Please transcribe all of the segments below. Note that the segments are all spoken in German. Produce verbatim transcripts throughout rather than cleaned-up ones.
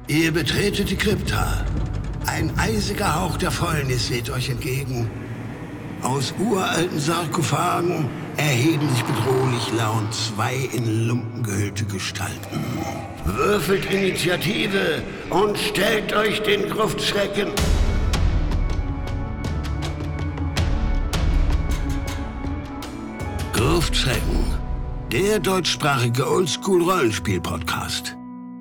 Ihr betretet die Krypta. Ein eisiger Hauch der Fäulnis weht euch entgegen. Aus uralten Sarkophagen erheben sich bedrohlich laut zwei in Lumpen gehüllte Gestalten. Würfelt Initiative und stellt euch den Gruftschrecken. Gruftschrecken, der deutschsprachige Oldschool-Rollenspiel-Podcast.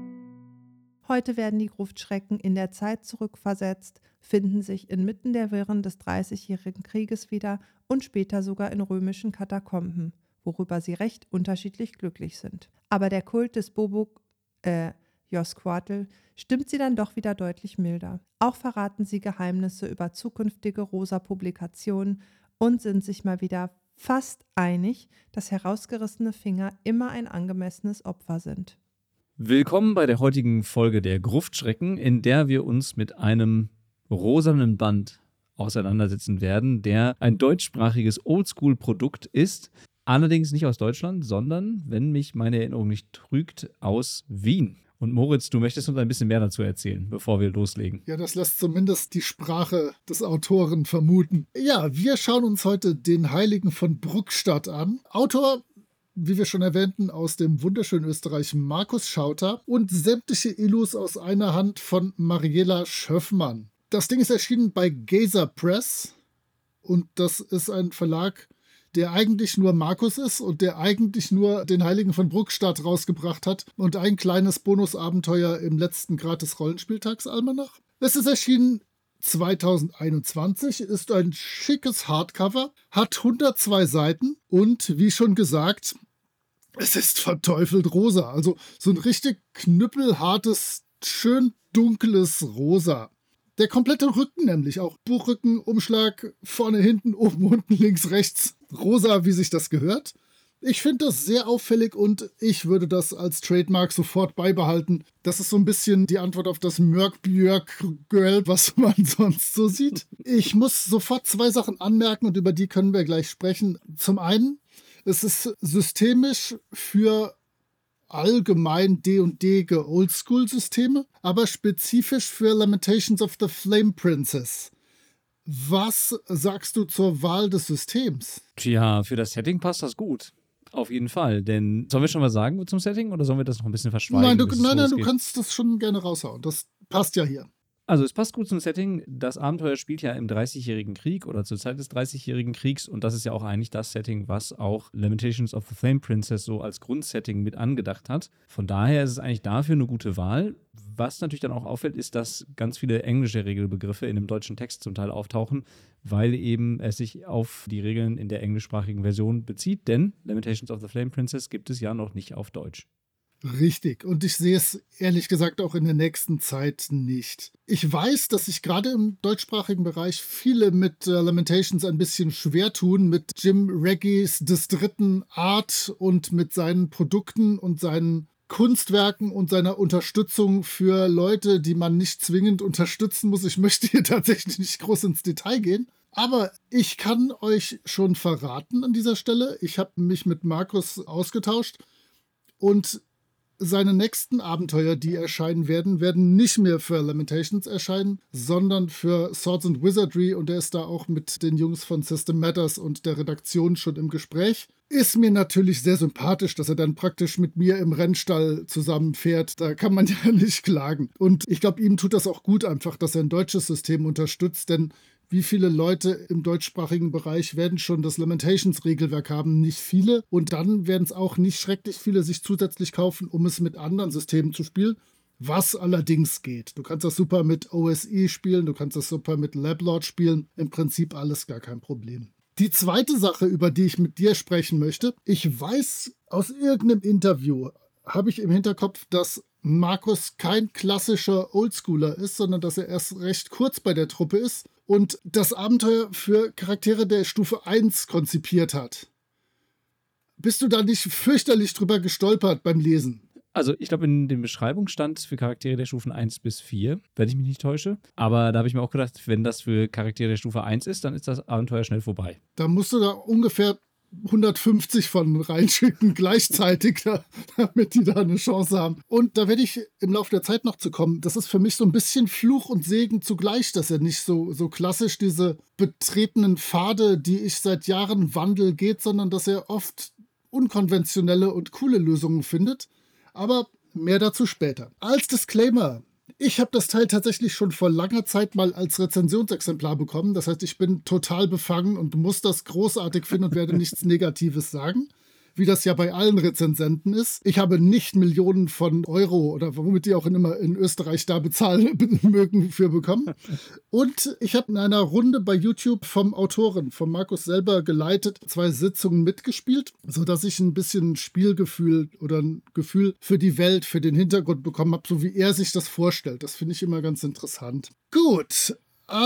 Heute werden die Gruftschrecken in der Zeit zurückversetzt, finden sich inmitten der Wirren des Dreißigjährigen Krieges wieder und später sogar in römischen Katakomben, worüber sie recht unterschiedlich glücklich sind. Aber der Kult des Bobok, äh, Josquatl, stimmt sie dann doch wieder deutlich milder. Auch verraten sie Geheimnisse über zukünftige Rosa-Publikationen und sind sich mal wieder fast einig, dass herausgerissene Finger immer ein angemessenes Opfer sind. Willkommen bei der heutigen Folge der Gruftschrecken, in der wir uns mit einem rosanen Band auseinandersetzen werden, der ein deutschsprachiges Oldschool-Produkt ist, allerdings nicht aus Deutschland, sondern, wenn mich meine Erinnerung nicht trügt, aus Wien. Und Moritz, du möchtest uns ein bisschen mehr dazu erzählen, bevor wir loslegen. Ja, das lässt zumindest die Sprache des Autoren vermuten. Ja, wir schauen uns heute den Heiligen von Bruckstadt an. Autor, wie wir schon erwähnten, aus dem wunderschönen Österreich Markus Schauter und sämtliche Illus aus einer Hand von Mariela Schöffmann. Das Ding ist erschienen bei Gazer Press und das ist ein Verlag, der eigentlich nur Markus ist und der eigentlich nur den Heiligen von Bruckstadt rausgebracht hat und ein kleines Bonusabenteuer im letzten gratis Rollenspieltagsalmanach. Es ist erschienen zweitausendeinundzwanzig, ist ein schickes Hardcover, hat hundertzwei Seiten und wie schon gesagt, es ist verteufelt rosa. Also so ein richtig knüppelhartes, schön dunkles Rosa. Der komplette Rücken nämlich, auch Buchrücken, Umschlag, vorne, hinten, oben, unten, links, rechts, rosa, wie sich das gehört. Ich finde das sehr auffällig und ich würde das als Trademark sofort beibehalten. Das ist so ein bisschen die Antwort auf das Mörk-Björk-Girl, was man sonst so sieht. Ich muss sofort zwei Sachen anmerken und über die können wir gleich sprechen. Zum einen, es ist systemisch für allgemein D und D Oldschool-Systeme, aber spezifisch für Lamentations of the Flame Princess. Was sagst du zur Wahl des Systems? Tja, für das Setting passt das gut. Auf jeden Fall. Denn sollen wir schon mal sagen zum Setting oder sollen wir das noch ein bisschen verschweigen? Nein, du, nein, nein, du kannst das schon gerne raushauen. Das passt ja hier. Also es passt gut zum Setting. Das Abenteuer spielt ja im Dreißigjährigen Krieg oder zur Zeit des Dreißigjährigen Kriegs und das ist ja auch eigentlich das Setting, was auch Lamentations of the Flame Princess so als Grundsetting mit angedacht hat. Von daher ist es eigentlich dafür eine gute Wahl. Was natürlich dann auch auffällt, ist, dass ganz viele englische Regelbegriffe in dem deutschen Text zum Teil auftauchen, weil eben es sich auf die Regeln in der englischsprachigen Version bezieht, denn Lamentations of the Flame Princess gibt es ja noch nicht auf Deutsch. Richtig. Und ich sehe es ehrlich gesagt auch in der nächsten Zeit nicht. Ich weiß, dass sich gerade im deutschsprachigen Bereich viele mit äh, Lamentations ein bisschen schwer tun, mit Jim Reggies des dritten Art und mit seinen Produkten und seinen Kunstwerken und seiner Unterstützung für Leute, die man nicht zwingend unterstützen muss. Ich möchte hier tatsächlich nicht groß ins Detail gehen. Aber ich kann euch schon verraten an dieser Stelle. Ich habe mich mit Markus ausgetauscht und seine nächsten Abenteuer, die erscheinen werden, werden nicht mehr für Lamentations erscheinen, sondern für Swords and Wizardry und er ist da auch mit den Jungs von System Matters und der Redaktion schon im Gespräch. Ist mir natürlich sehr sympathisch, dass er dann praktisch mit mir im Rennstall zusammenfährt. Da kann man ja nicht klagen. Und ich glaube, ihm tut das auch gut einfach, dass er ein deutsches System unterstützt, denn wie viele Leute im deutschsprachigen Bereich werden schon das Lamentations-Regelwerk haben? Nicht viele. Und dann werden es auch nicht schrecklich viele sich zusätzlich kaufen, um es mit anderen Systemen zu spielen. Was allerdings geht. Du kannst das super mit O S I spielen, du kannst das super mit Lablord spielen. Im Prinzip alles gar kein Problem. Die zweite Sache, über die ich mit dir sprechen möchte. Ich weiß aus irgendeinem Interview, habe ich im Hinterkopf, dass Markus kein klassischer Oldschooler ist, sondern dass er erst recht kurz bei der Truppe ist und das Abenteuer für Charaktere der Stufe eins konzipiert hat. Bist du da nicht fürchterlich drüber gestolpert beim Lesen? Also ich glaube, in den Beschreibungen stand es für Charaktere der Stufen eins bis vier, wenn ich mich nicht täusche. Aber da habe ich mir auch gedacht, wenn das für Charaktere der Stufe eins ist, dann ist das Abenteuer schnell vorbei. Da musst du da ungefähr hundertfünfzig von reinschicken gleichzeitig, damit die da eine Chance haben. Und da werde ich im Laufe der Zeit noch zu kommen. Das ist für mich so ein bisschen Fluch und Segen zugleich, dass er nicht so, so klassisch diese betretenen Pfade, die ich seit Jahren wandel, geht, sondern dass er oft unkonventionelle und coole Lösungen findet. Aber mehr dazu später. Als Disclaimer: Ich habe das Teil tatsächlich schon vor langer Zeit mal als Rezensionsexemplar bekommen. Das heißt, ich bin total befangen und muss das großartig finden und werde nichts Negatives sagen, wie das ja bei allen Rezensenten ist. Ich habe nicht Millionen von Euro oder womit die auch immer in Österreich da bezahlen mögen für bekommen. Und ich habe in einer Runde bei YouTube vom Autoren, von Markus selber geleitet, zwei Sitzungen mitgespielt, sodass ich ein bisschen Spielgefühl oder ein Gefühl für die Welt, für den Hintergrund bekommen habe, so wie er sich das vorstellt. Das finde ich immer ganz interessant. Gut,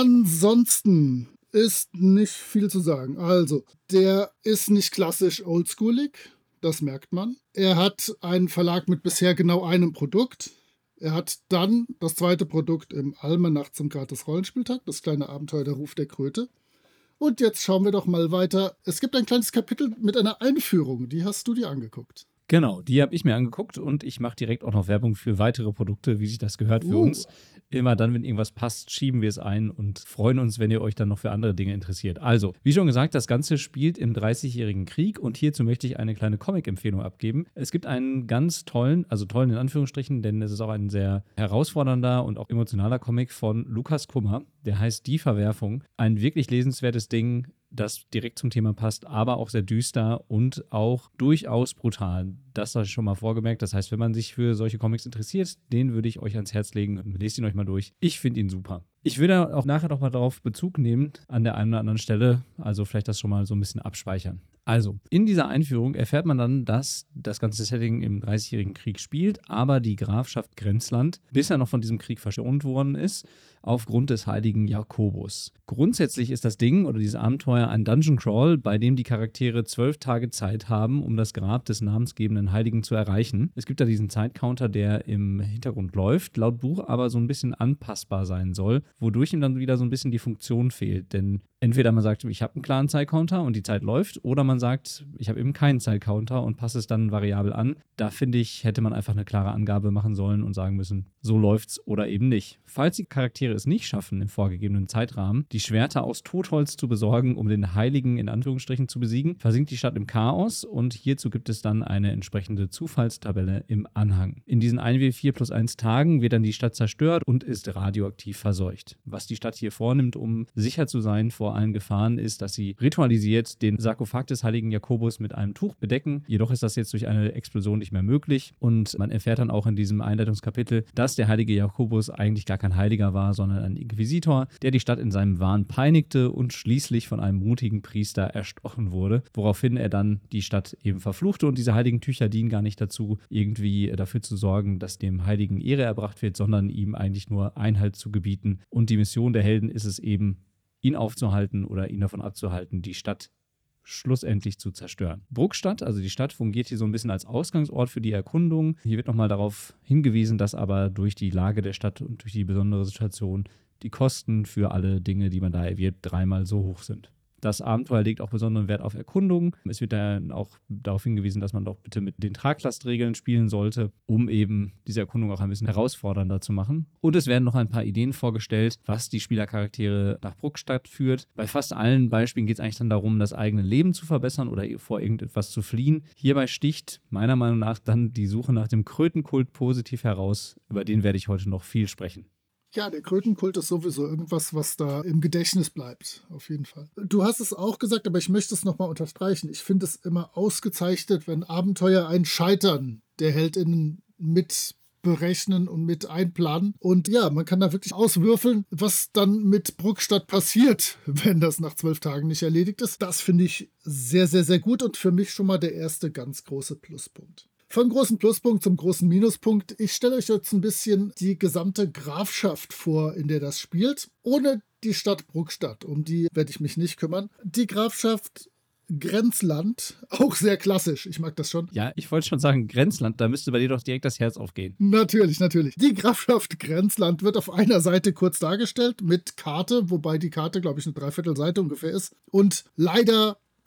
ansonsten ist nicht viel zu sagen. Also, der ist nicht klassisch oldschoolig, das merkt man. Er hat einen Verlag mit bisher genau einem Produkt. Er hat dann das zweite Produkt im Almanach zum Gratis-Rollenspieltag, das kleine Abenteuer Der Ruf der Kröte. Und jetzt schauen wir doch mal weiter. Es gibt ein kleines Kapitel mit einer Einführung, die hast du dir angeguckt. Genau, die habe ich mir angeguckt und ich mache direkt auch noch Werbung für weitere Produkte, wie sich das gehört für uh. uns. Immer dann, wenn irgendwas passt, schieben wir es ein und freuen uns, wenn ihr euch dann noch für andere Dinge interessiert. Also, wie schon gesagt, das Ganze spielt im dreißigjährigen Krieg und hierzu möchte ich eine kleine Comic-Empfehlung abgeben. Es gibt einen ganz tollen, also tollen in Anführungsstrichen, denn es ist auch ein sehr herausfordernder und auch emotionaler Comic von Lukas Kummer. Der heißt Die Verwerfung. Ein wirklich lesenswertes Ding, das direkt zum Thema passt, aber auch sehr düster und auch durchaus brutal. Das habe ich schon mal vorgemerkt. Das heißt, wenn man sich für solche Comics interessiert, den würde ich euch ans Herz legen. Lest ihn euch mal durch. Ich finde ihn super. Ich will da auch nachher noch mal darauf Bezug nehmen, an der einen oder anderen Stelle. Also vielleicht das schon mal so ein bisschen abspeichern. Also, in dieser Einführung erfährt man dann, dass das ganze Setting im dreißigjährigen Krieg spielt, aber die Grafschaft Grenzland bisher noch von diesem Krieg verschont worden ist, aufgrund des heiligen Jakobus. Grundsätzlich ist das Ding oder dieses Abenteuer ein Dungeon Crawl, bei dem die Charaktere zwölf Tage Zeit haben, um das Grab des namensgebenden Heiligen zu erreichen. Es gibt da diesen Zeitcounter, der im Hintergrund läuft, laut Buch aber so ein bisschen anpassbar sein soll, wodurch ihm dann wieder so ein bisschen die Funktion fehlt, denn entweder man sagt, ich habe einen klaren Zeitcounter und die Zeit läuft, oder man sagt, ich habe eben keinen Zeitcounter und passe es dann variabel an. Da finde ich, hätte man einfach eine klare Angabe machen sollen und sagen müssen, so läuft's oder eben nicht. Falls die Charaktere es nicht schaffen, im vorgegebenen Zeitrahmen die Schwerter aus Totholz zu besorgen, um den Heiligen in Anführungsstrichen zu besiegen, versinkt die Stadt im Chaos und hierzu gibt es dann eine entsprechende Zufallstabelle im Anhang. In diesen eins W vier plus eins Tagen wird dann die Stadt zerstört und ist radioaktiv verseucht. Was die Stadt hier vornimmt, um sicher zu sein vor allen Gefahren, ist, dass sie ritualisiert den Sarkophag des heiligen Jakobus mit einem Tuch bedecken. Jedoch ist das jetzt durch eine Explosion nicht mehr möglich und man erfährt dann auch in diesem Einleitungskapitel, dass der heilige Jakobus eigentlich gar kein Heiliger war, sondern ein Inquisitor, der die Stadt in seinem Wahn peinigte und schließlich von einem mutigen Priester erstochen wurde, woraufhin er dann die Stadt eben verfluchte und diese heiligen Tücher dienen gar nicht dazu, irgendwie dafür zu sorgen, dass dem Heiligen Ehre erbracht wird, sondern ihm eigentlich nur Einhalt zu gebieten und die Mission der Helden ist es eben, ihn aufzuhalten oder ihn davon abzuhalten, die Stadt schlussendlich zu zerstören. Bruckstadt, also die Stadt, fungiert hier so ein bisschen als Ausgangsort für die Erkundung. Hier wird nochmal darauf hingewiesen, dass aber durch die Lage der Stadt und durch die besondere Situation die Kosten für alle Dinge, die man da erwirbt, dreimal so hoch sind. Das Abenteuer legt auch besonderen Wert auf Erkundung. Es wird dann auch darauf hingewiesen, dass man doch bitte mit den Traglastregeln spielen sollte, um eben diese Erkundung auch ein bisschen herausfordernder zu machen. Und es werden noch ein paar Ideen vorgestellt, was die Spielercharaktere nach Bruckstadt führt. Bei fast allen Beispielen geht es eigentlich dann darum, das eigene Leben zu verbessern oder vor irgendetwas zu fliehen. Hierbei sticht meiner Meinung nach dann die Suche nach dem Krötenkult positiv heraus. Über den werde ich heute noch viel sprechen. Ja, der Krötenkult ist sowieso irgendwas, was da im Gedächtnis bleibt, auf jeden Fall. Du hast es auch gesagt, aber ich möchte es nochmal unterstreichen. Ich finde es immer ausgezeichnet, wenn Abenteuer ein Scheitern der HeldInnen mit berechnen und mit einplanen. Und ja, man kann da wirklich auswürfeln, was dann mit Bruckstadt passiert, wenn das nach zwölf Tagen nicht erledigt ist. Das finde ich sehr, sehr, sehr gut und für mich schon mal der erste ganz große Pluspunkt. Vom großen Pluspunkt zum großen Minuspunkt. Ich stelle euch jetzt ein bisschen die gesamte Grafschaft vor, in der das spielt. Ohne die Stadt Bruckstadt, um die werde ich mich nicht kümmern. Die Grafschaft Grenzland, auch sehr klassisch, ich mag das schon. Ja, ich wollte schon sagen, Grenzland, da müsste bei dir doch direkt das Herz aufgehen. Natürlich, natürlich. Die Grafschaft Grenzland wird auf einer Seite kurz dargestellt mit Karte, wobei die Karte, glaube ich, eine Dreiviertelseite ungefähr ist. Und leider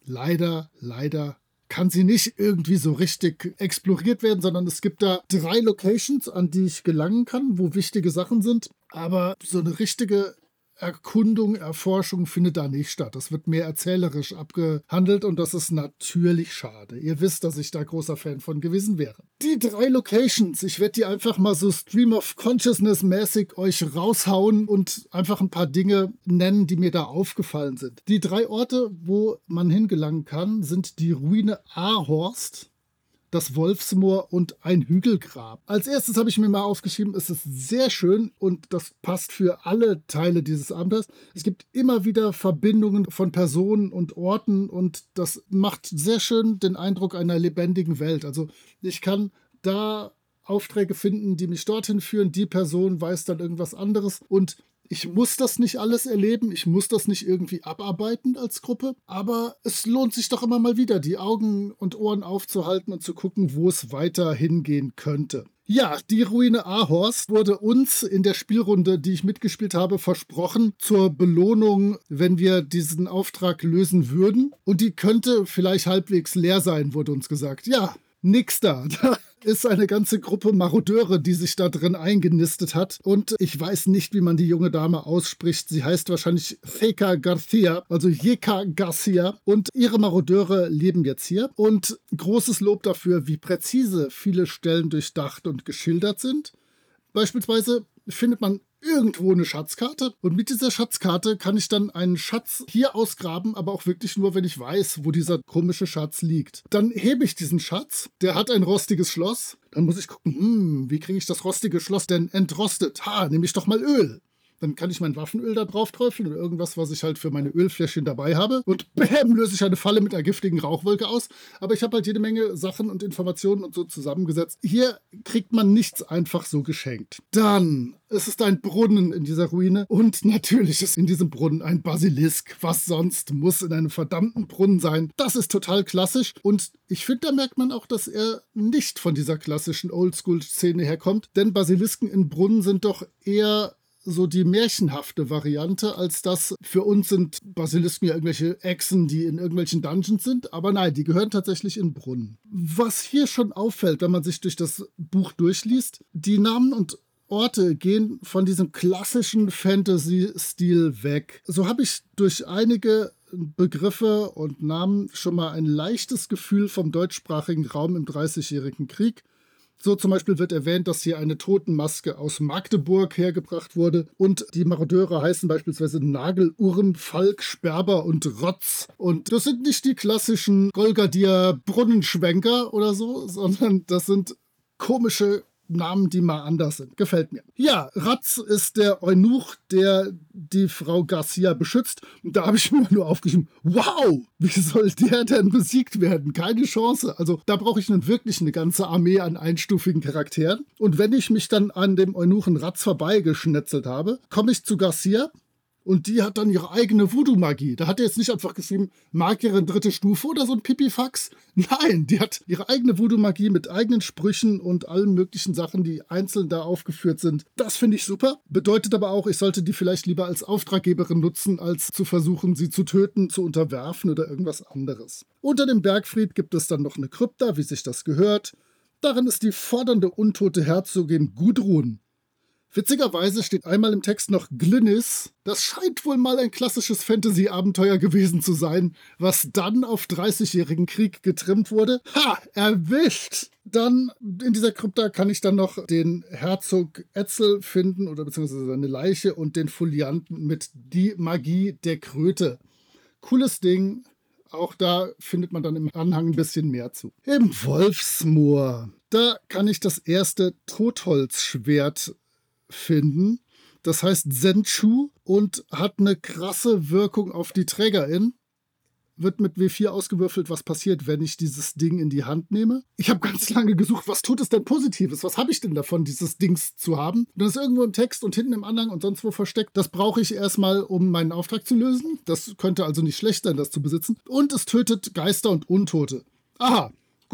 leider, leider kann sie nicht irgendwie so richtig exploriert werden, sondern es gibt da drei Locations, an die ich gelangen kann, wo wichtige Sachen sind. Aber so eine richtige Erkundung, Erforschung findet da nicht statt. Das wird mehr erzählerisch abgehandelt und das ist natürlich schade. Ihr wisst, dass ich da großer Fan von gewesen wäre. Die drei Locations, ich werde die einfach mal so Stream of Consciousness mäßig euch raushauen und einfach ein paar Dinge nennen, die mir da aufgefallen sind. Die drei Orte, wo man hingelangen kann, sind die Ruine Ahorst, das Wolfsmoor und ein Hügelgrab. Als erstes habe ich mir mal aufgeschrieben, es ist sehr schön und das passt für alle Teile dieses Abenteuers. Es gibt immer wieder Verbindungen von Personen und Orten und das macht sehr schön den Eindruck einer lebendigen Welt. Also ich kann da Aufträge finden, die mich dorthin führen. Die Person weiß dann irgendwas anderes und ich muss das nicht alles erleben, ich muss das nicht irgendwie abarbeiten als Gruppe, aber es lohnt sich doch immer mal wieder, die Augen und Ohren aufzuhalten und zu gucken, wo es weiter hingehen könnte. Ja, die Ruine Ahorst wurde uns in der Spielrunde, die ich mitgespielt habe, versprochen zur Belohnung, wenn wir diesen Auftrag lösen würden. Und die könnte vielleicht halbwegs leer sein, wurde uns gesagt. Ja, nix da. Da ist eine ganze Gruppe Marodeure, die sich da drin eingenistet hat. Und ich weiß nicht, wie man die junge Dame ausspricht. Sie heißt wahrscheinlich Jeka Garcia, also Jeka Garcia. Und ihre Marodeure leben jetzt hier. Und großes Lob dafür, wie präzise viele Stellen durchdacht und geschildert sind. Beispielsweise findet man irgendwo eine Schatzkarte und mit dieser Schatzkarte kann ich dann einen Schatz hier ausgraben, aber auch wirklich nur, wenn ich weiß, wo dieser komische Schatz liegt. Dann hebe ich diesen Schatz, der hat ein rostiges Schloss, dann muss ich gucken, hm, wie kriege ich das rostige Schloss denn entrostet? Ha, nehme ich doch mal Öl. Dann kann ich mein Waffenöl da drauf träufeln oder irgendwas, was ich halt für meine Ölfläschchen dabei habe. Und bäm, löse ich eine Falle mit einer giftigen Rauchwolke aus. Aber ich habe halt jede Menge Sachen und Informationen und so zusammengesetzt. Hier kriegt man nichts einfach so geschenkt. Dann, es ist ein Brunnen in dieser Ruine. Und natürlich ist in diesem Brunnen ein Basilisk. Was sonst muss in einem verdammten Brunnen sein? Das ist total klassisch. Und ich finde, da merkt man auch, dass er nicht von dieser klassischen Oldschool-Szene herkommt. Denn Basilisken in Brunnen sind doch eher so die märchenhafte Variante, als das für uns sind Basilisken ja irgendwelche Echsen, die in irgendwelchen Dungeons sind, aber nein, die gehören tatsächlich in Brunnen. Was hier schon auffällt, wenn man sich durch das Buch durchliest, die Namen und Orte gehen von diesem klassischen Fantasy-Stil weg. So habe ich durch einige Begriffe und Namen schon mal ein leichtes Gefühl vom deutschsprachigen Raum im dreißigjährigen Krieg. So zum Beispiel wird erwähnt, dass hier eine Totenmaske aus Magdeburg hergebracht wurde und die Marodeure heißen beispielsweise Nagel, Urm, Falk, Sperber und Rotz. Und das sind nicht die klassischen Golgadier Brunnenschwenker oder so, sondern das sind komische Namen, die mal anders sind. Gefällt mir. Ja, Ratz ist der Eunuch, der die Frau Garcia beschützt. Und da habe ich mir nur aufgeschrieben, wow, wie soll der denn besiegt werden? Keine Chance. Also da brauche ich nun wirklich eine ganze Armee an einstufigen Charakteren. Und wenn ich mich dann an dem Eunuchen Ratz vorbeigeschnetzelt habe, komme ich zu Garcia. Und die hat dann ihre eigene Voodoo-Magie. Da hat er jetzt nicht einfach geschrieben, Magierin dritte Stufe oder so ein Pipifax. Nein, die hat ihre eigene Voodoo-Magie mit eigenen Sprüchen und allen möglichen Sachen, die einzeln da aufgeführt sind. Das finde ich super. Bedeutet aber auch, ich sollte die vielleicht lieber als Auftraggeberin nutzen, als zu versuchen, sie zu töten, zu unterwerfen oder irgendwas anderes. Unter dem Bergfried gibt es dann noch eine Krypta, wie sich das gehört. Darin ist die fordernde, untote Herzogin Gudrun. Witzigerweise steht einmal im Text noch Glynis. Das scheint wohl mal ein klassisches Fantasy-Abenteuer gewesen zu sein, was dann auf dreißigjährigen Krieg getrimmt wurde. Ha, erwischt! Dann in dieser Krypta kann ich dann noch den Herzog Etzel finden oder beziehungsweise seine Leiche und den Folianten mit Die Magie der Kröte. Cooles Ding. Auch da findet man dann im Anhang ein bisschen mehr zu. Im Wolfsmoor, da kann ich das erste Totholzschwert finden. Das heißt Senchu und hat eine krasse Wirkung auf die Trägerin. Wird mit W vier ausgewürfelt, was passiert, wenn ich dieses Ding in die Hand nehme. Ich habe ganz lange gesucht, was tut es denn Positives? Was habe ich denn davon, dieses Dings zu haben? Und das ist irgendwo im Text und hinten im Anhang und sonst wo versteckt. Das brauche ich erstmal, um meinen Auftrag zu lösen. Das könnte also nicht schlecht sein, das zu besitzen. Und es tötet Geister und Untote. Aha, gut.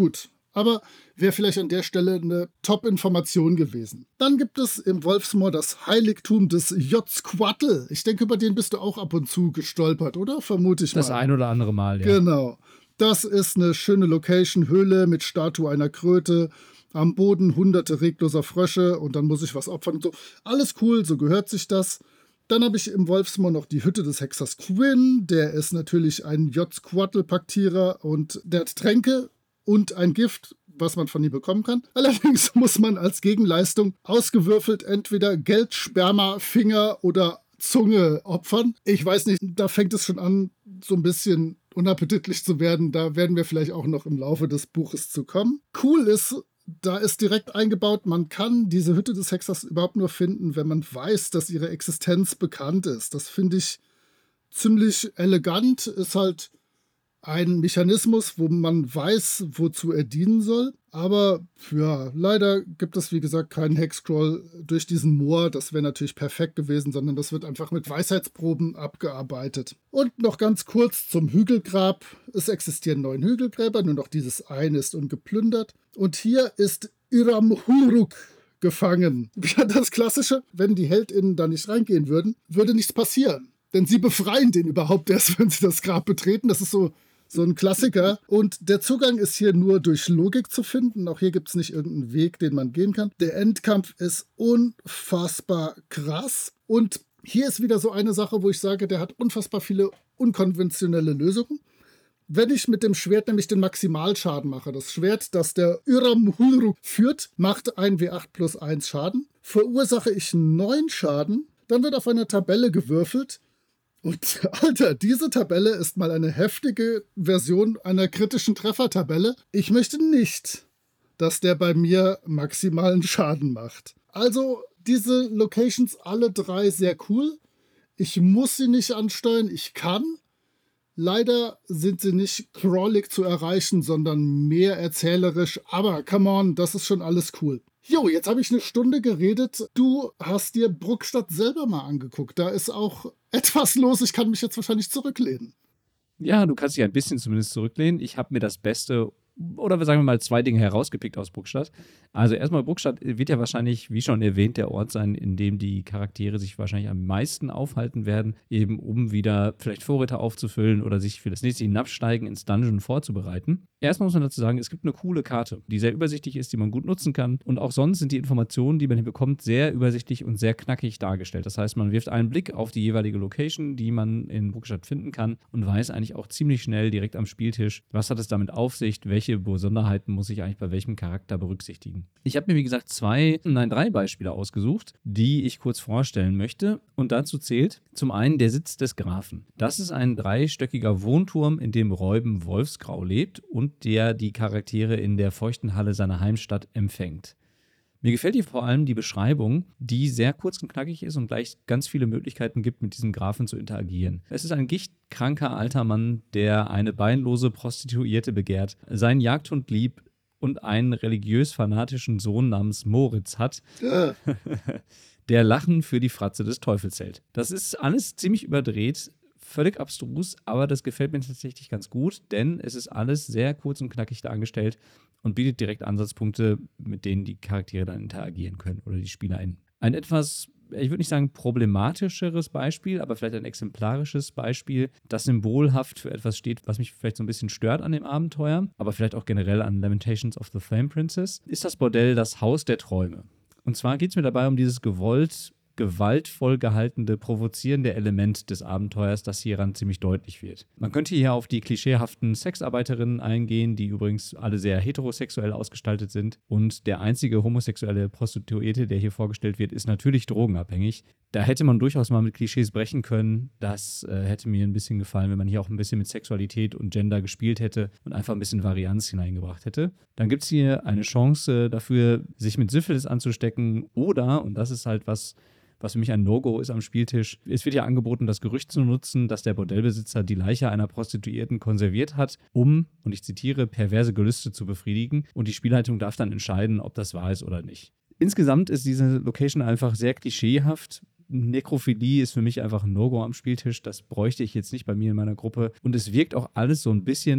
Aber wäre vielleicht an der Stelle eine Top-Information gewesen. Dann gibt es im Wolfsmoor das Heiligtum des Jotzquatl. Ich denke, über den bist du auch ab und zu gestolpert, oder? Vermute ich mal. Das ein oder andere Mal, ja. Genau. Das ist eine schöne Location, Höhle mit Statue einer Kröte, am Boden hunderte regloser Frösche und dann muss ich was opfern und so. Alles cool, so gehört sich das. Dann habe ich im Wolfsmoor noch die Hütte des Hexers Quinn. Der ist natürlich ein Jotzquatl-Paktierer und der hat Tränke und ein Gift, was man von ihm bekommen kann. Allerdings muss man als Gegenleistung ausgewürfelt entweder Geld, Sperma, Finger oder Zunge opfern. Ich weiß nicht, da fängt es schon an, so ein bisschen unappetitlich zu werden. Da werden wir vielleicht auch noch im Laufe des Buches zu kommen. Cool ist, da ist direkt eingebaut, man kann diese Hütte des Hexers überhaupt nur finden, wenn man weiß, dass ihre Existenz bekannt ist. Das finde ich ziemlich elegant. Ist halt ein Mechanismus, wo man weiß, wozu er dienen soll. Aber ja, leider gibt es, wie gesagt, keinen Hexcrawl durch diesen Moor. Das wäre natürlich perfekt gewesen, sondern das wird einfach mit Weisheitsproben abgearbeitet. Und noch ganz kurz zum Hügelgrab. Es existieren neun Hügelgräber, nur noch dieses eine ist ungeplündert. Und hier ist Iram Huruk gefangen. Ja, das Klassische, wenn die HeldInnen da nicht reingehen würden, würde nichts passieren. Denn sie befreien den überhaupt erst, wenn sie das Grab betreten. Das ist so So ein Klassiker. Und der Zugang ist hier nur durch Logik zu finden. Auch hier gibt es nicht irgendeinen Weg, den man gehen kann. Der Endkampf ist unfassbar krass. Und hier ist wieder so eine Sache, wo ich sage, der hat unfassbar viele unkonventionelle Lösungen. Wenn ich mit dem Schwert nämlich den Maximalschaden mache, das Schwert, das der Iram Huruk führt, macht ein W acht plus eins Schaden. Verursache ich neun Schaden, dann wird auf einer Tabelle gewürfelt. Und Alter, diese Tabelle ist mal eine heftige Version einer kritischen Treffertabelle. Ich möchte nicht, dass der bei mir maximalen Schaden macht. Also diese Locations, alle drei sehr cool. Ich muss sie nicht ansteuern, ich kann. Leider sind sie nicht crawlig zu erreichen, sondern mehr erzählerisch. Aber come on, das ist schon alles cool. Jo, jetzt habe ich eine Stunde geredet. Du hast dir Bruckstadt selber mal angeguckt. Da ist auch etwas los. Ich kann mich jetzt wahrscheinlich zurücklehnen. Ja, du kannst dich ein bisschen zumindest zurücklehnen. Ich habe mir das Beste, oder sagen wir mal zwei Dinge herausgepickt aus Bruckstadt. Also erstmal, Bruckstadt wird ja wahrscheinlich, wie schon erwähnt, der Ort sein, in dem die Charaktere sich wahrscheinlich am meisten aufhalten werden, eben um wieder vielleicht Vorräte aufzufüllen oder sich für das nächste Hinabsteigen ins Dungeon vorzubereiten. Erstmal muss man dazu sagen, es gibt eine coole Karte, die sehr übersichtlich ist, die man gut nutzen kann. Und auch sonst sind die Informationen, die man hier bekommt, sehr übersichtlich und sehr knackig dargestellt. Das heißt, man wirft einen Blick auf die jeweilige Location, die man in Bruckstadt finden kann und weiß eigentlich auch ziemlich schnell direkt am Spieltisch, was hat es damit auf sich, welche Besonderheiten muss ich eigentlich bei welchem Charakter berücksichtigen. Ich habe mir, wie gesagt, zwei, nein, drei Beispiele ausgesucht, die ich kurz vorstellen möchte. Und dazu zählt zum einen der Sitz des Grafen. Das ist ein dreistöckiger Wohnturm, in dem Räuben Wolfsgrau lebt und der die Charaktere in der feuchten Halle seiner Heimstatt empfängt. Mir gefällt hier vor allem die Beschreibung, die sehr kurz und knackig ist und gleich ganz viele Möglichkeiten gibt, mit diesem Grafen zu interagieren. Es ist ein gichtkranker alter Mann, der eine beinlose Prostituierte begehrt, seinen Jagdhund liebt und einen religiös-fanatischen Sohn namens Moritz hat, Ja. der Lachen für die Fratze des Teufels hält. Das ist alles ziemlich überdreht, völlig abstrus, aber das gefällt mir tatsächlich ganz gut, denn es ist alles sehr kurz und knackig dargestellt und bietet direkt Ansatzpunkte, mit denen die Charaktere dann interagieren können oder die SpielerInnen. Ein etwas, ich würde nicht sagen problematischeres Beispiel, aber vielleicht ein exemplarisches Beispiel, das symbolhaft für etwas steht, was mich vielleicht so ein bisschen stört an dem Abenteuer, aber vielleicht auch generell an Lamentations of the Flame Princess, ist das Bordell das Haus der Träume. Und zwar geht es mir dabei um dieses gewollt gewaltvoll gehaltene, provozierende Element des Abenteuers, das hieran ziemlich deutlich wird. Man könnte hier auf die klischeehaften Sexarbeiterinnen eingehen, die übrigens alle sehr heterosexuell ausgestaltet sind. Und der einzige homosexuelle Prostituierte, der hier vorgestellt wird, ist natürlich drogenabhängig. Da hätte man durchaus mal mit Klischees brechen können. Das äh, hätte mir ein bisschen gefallen, wenn man hier auch ein bisschen mit Sexualität und Gender gespielt hätte und einfach ein bisschen Varianz hineingebracht hätte. Dann gibt es hier eine Chance dafür, sich mit Syphilis anzustecken oder, und das ist halt was, was für mich ein No-Go ist am Spieltisch. Es wird ja angeboten, das Gerücht zu nutzen, dass der Bordellbesitzer die Leiche einer Prostituierten konserviert hat, um, und ich zitiere, perverse Gelüste zu befriedigen. Und die Spielleitung darf dann entscheiden, ob das wahr ist oder nicht. Insgesamt ist diese Location einfach sehr klischeehaft. Nekrophilie ist für mich einfach ein No-Go am Spieltisch. Das bräuchte ich jetzt nicht bei mir in meiner Gruppe. Und es wirkt auch alles so ein bisschen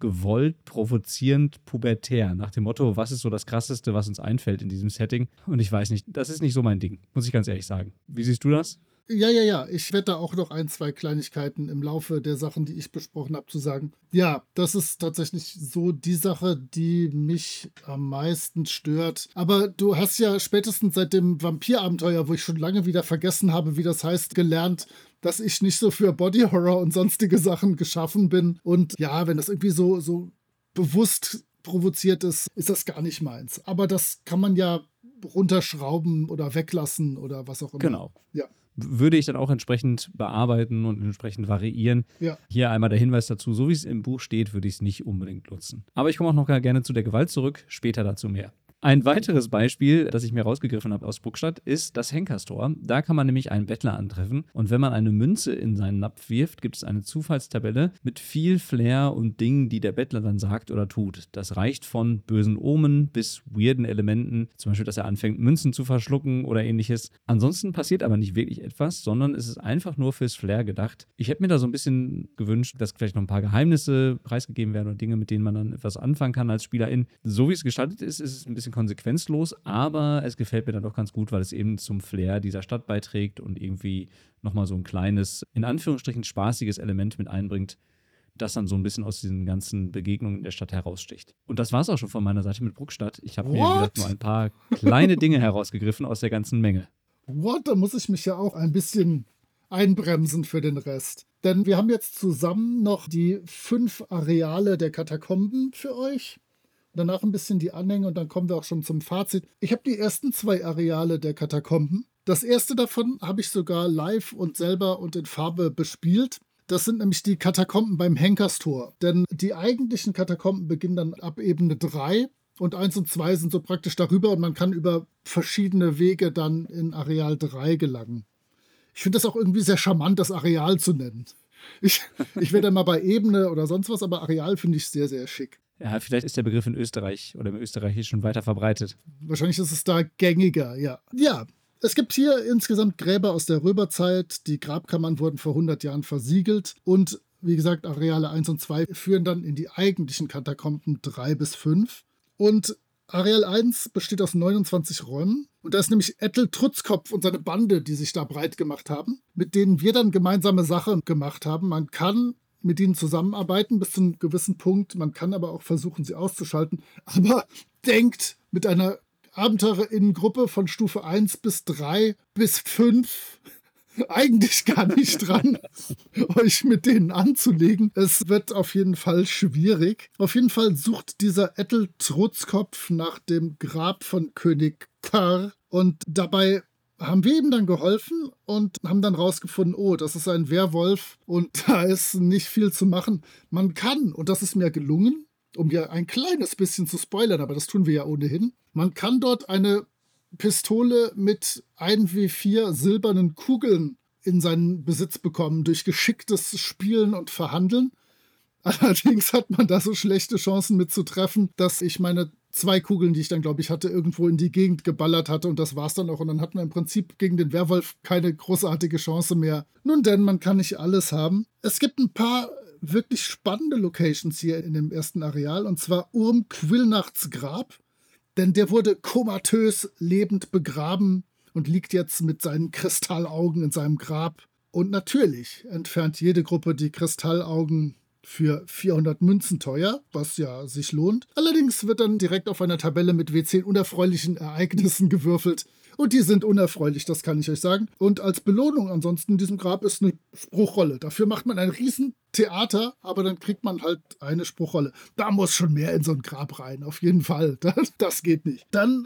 gewollt, provozierend, pubertär. Nach dem Motto, was ist so das Krasseste, was uns einfällt in diesem Setting? Und ich weiß nicht, das ist nicht so mein Ding, muss ich ganz ehrlich sagen. Wie siehst du das? Ja, ja, ja. Ich werde da auch noch ein, zwei Kleinigkeiten im Laufe der Sachen, die ich besprochen habe, zu sagen. Ja, das ist tatsächlich so die Sache, die mich am meisten stört. Aber du hast ja spätestens seit dem Vampirabenteuer, wo ich schon lange wieder vergessen habe, wie das heißt, gelernt, dass ich nicht so für Body Horror und sonstige Sachen geschaffen bin. Und ja, wenn das irgendwie so, so bewusst provoziert ist, ist das gar nicht meins. Aber das kann man ja runterschrauben oder weglassen oder was auch immer. Genau. Ja. Würde ich dann auch entsprechend bearbeiten und entsprechend variieren. Ja. Hier einmal der Hinweis dazu, so wie es im Buch steht, würde ich es nicht unbedingt nutzen. Aber ich komme auch noch gerne zu der Gewalt zurück, später dazu mehr. Ein weiteres Beispiel, das ich mir rausgegriffen habe aus Bruckstadt, ist das Henkerstor. Da kann man nämlich einen Bettler antreffen und wenn man eine Münze in seinen Napf wirft, gibt es eine Zufallstabelle mit viel Flair und Dingen, die der Bettler dann sagt oder tut. Das reicht von bösen Omen bis weirden Elementen, zum Beispiel, dass er anfängt, Münzen zu verschlucken oder ähnliches. Ansonsten passiert aber nicht wirklich etwas, sondern es ist einfach nur fürs Flair gedacht. Ich hätte mir da so ein bisschen gewünscht, dass vielleicht noch ein paar Geheimnisse preisgegeben werden oder Dinge, mit denen man dann etwas anfangen kann als Spielerin. So wie es gestaltet ist, ist es ein bisschen konsequenzlos, aber es gefällt mir dann doch ganz gut, weil es eben zum Flair dieser Stadt beiträgt und irgendwie nochmal so ein kleines, in Anführungsstrichen spaßiges Element mit einbringt, das dann so ein bisschen aus diesen ganzen Begegnungen in der Stadt heraussticht. Und das war es auch schon von meiner Seite mit Bruckstadt. Ich habe mir, wie gesagt, nur ein paar kleine Dinge herausgegriffen aus der ganzen Menge. What? Da muss ich mich ja auch ein bisschen einbremsen für den Rest. Denn wir haben jetzt zusammen noch die fünf Areale der Katakomben für euch. Danach ein bisschen die Anhänge und dann kommen wir auch schon zum Fazit. Ich habe die ersten zwei Areale der Katakomben. Das erste davon habe ich sogar live und selber und in Farbe bespielt. Das sind nämlich die Katakomben beim Henkerstor. Denn die eigentlichen Katakomben beginnen dann ab Ebene drei und eins und zwei sind so praktisch darüber und man kann über verschiedene Wege dann in Areal drei gelangen. Ich finde das auch irgendwie sehr charmant, das Areal zu nennen. Ich, ich werde mal bei Ebene oder sonst was, aber Areal finde ich sehr, sehr schick. Ja, vielleicht ist der Begriff in Österreich oder im Österreich schon weiter verbreitet. Wahrscheinlich ist es da gängiger, ja. Ja, es gibt hier insgesamt Gräber aus der Römerzeit. Die Grabkammern wurden vor hundert Jahren versiegelt. Und wie gesagt, Areale eins und zwei führen dann in die eigentlichen Katakomben drei bis fünf. Und Areal eins besteht aus neunundzwanzig Räumen. Und da ist nämlich Ettel Trutzkopf und seine Bande, die sich da breit gemacht haben, mit denen wir dann gemeinsame Sache gemacht haben. Man kann mit ihnen zusammenarbeiten bis zu einem gewissen Punkt. Man kann aber auch versuchen, sie auszuschalten. Aber denkt mit einer AbenteurerInnen-Gruppe von Stufe eins bis drei bis fünf eigentlich gar nicht dran, euch mit denen anzulegen. Es wird auf jeden Fall schwierig. Auf jeden Fall sucht dieser Ettel Trutzkopf nach dem Grab von König Karr und dabei haben wir ihm dann geholfen und haben dann rausgefunden, oh, das ist ein Werwolf und da ist nicht viel zu machen. Man kann, und das ist mir gelungen, um ja ein kleines bisschen zu spoilern, aber das tun wir ja ohnehin, man kann dort eine Pistole mit ein W vier silbernen Kugeln in seinen Besitz bekommen, durch geschicktes Spielen und Verhandeln. Allerdings hat man da so schlechte Chancen mit zu treffen, dass ich meine zwei Kugeln, die ich dann, glaube ich, hatte, irgendwo in die Gegend geballert hatte und das war's dann auch. Und dann hat man im Prinzip gegen den Werwolf keine großartige Chance mehr. Nun denn, man kann nicht alles haben. Es gibt ein paar wirklich spannende Locations hier in dem ersten Areal und zwar Urm Quillnachts Grab, denn der wurde komatös lebend begraben und liegt jetzt mit seinen Kristallaugen in seinem Grab. Und natürlich entfernt jede Gruppe die Kristallaugen für vierhundert Münzen teuer, was ja sich lohnt. Allerdings wird dann direkt auf einer Tabelle mit W zehn unerfreulichen Ereignissen gewürfelt. Und die sind unerfreulich, das kann ich euch sagen. Und als Belohnung ansonsten in diesem Grab ist eine Spruchrolle. Dafür macht man ein Riesentheater, aber dann kriegt man halt eine Spruchrolle. Da muss schon mehr in so ein Grab rein, auf jeden Fall. Das, das geht nicht. Dann,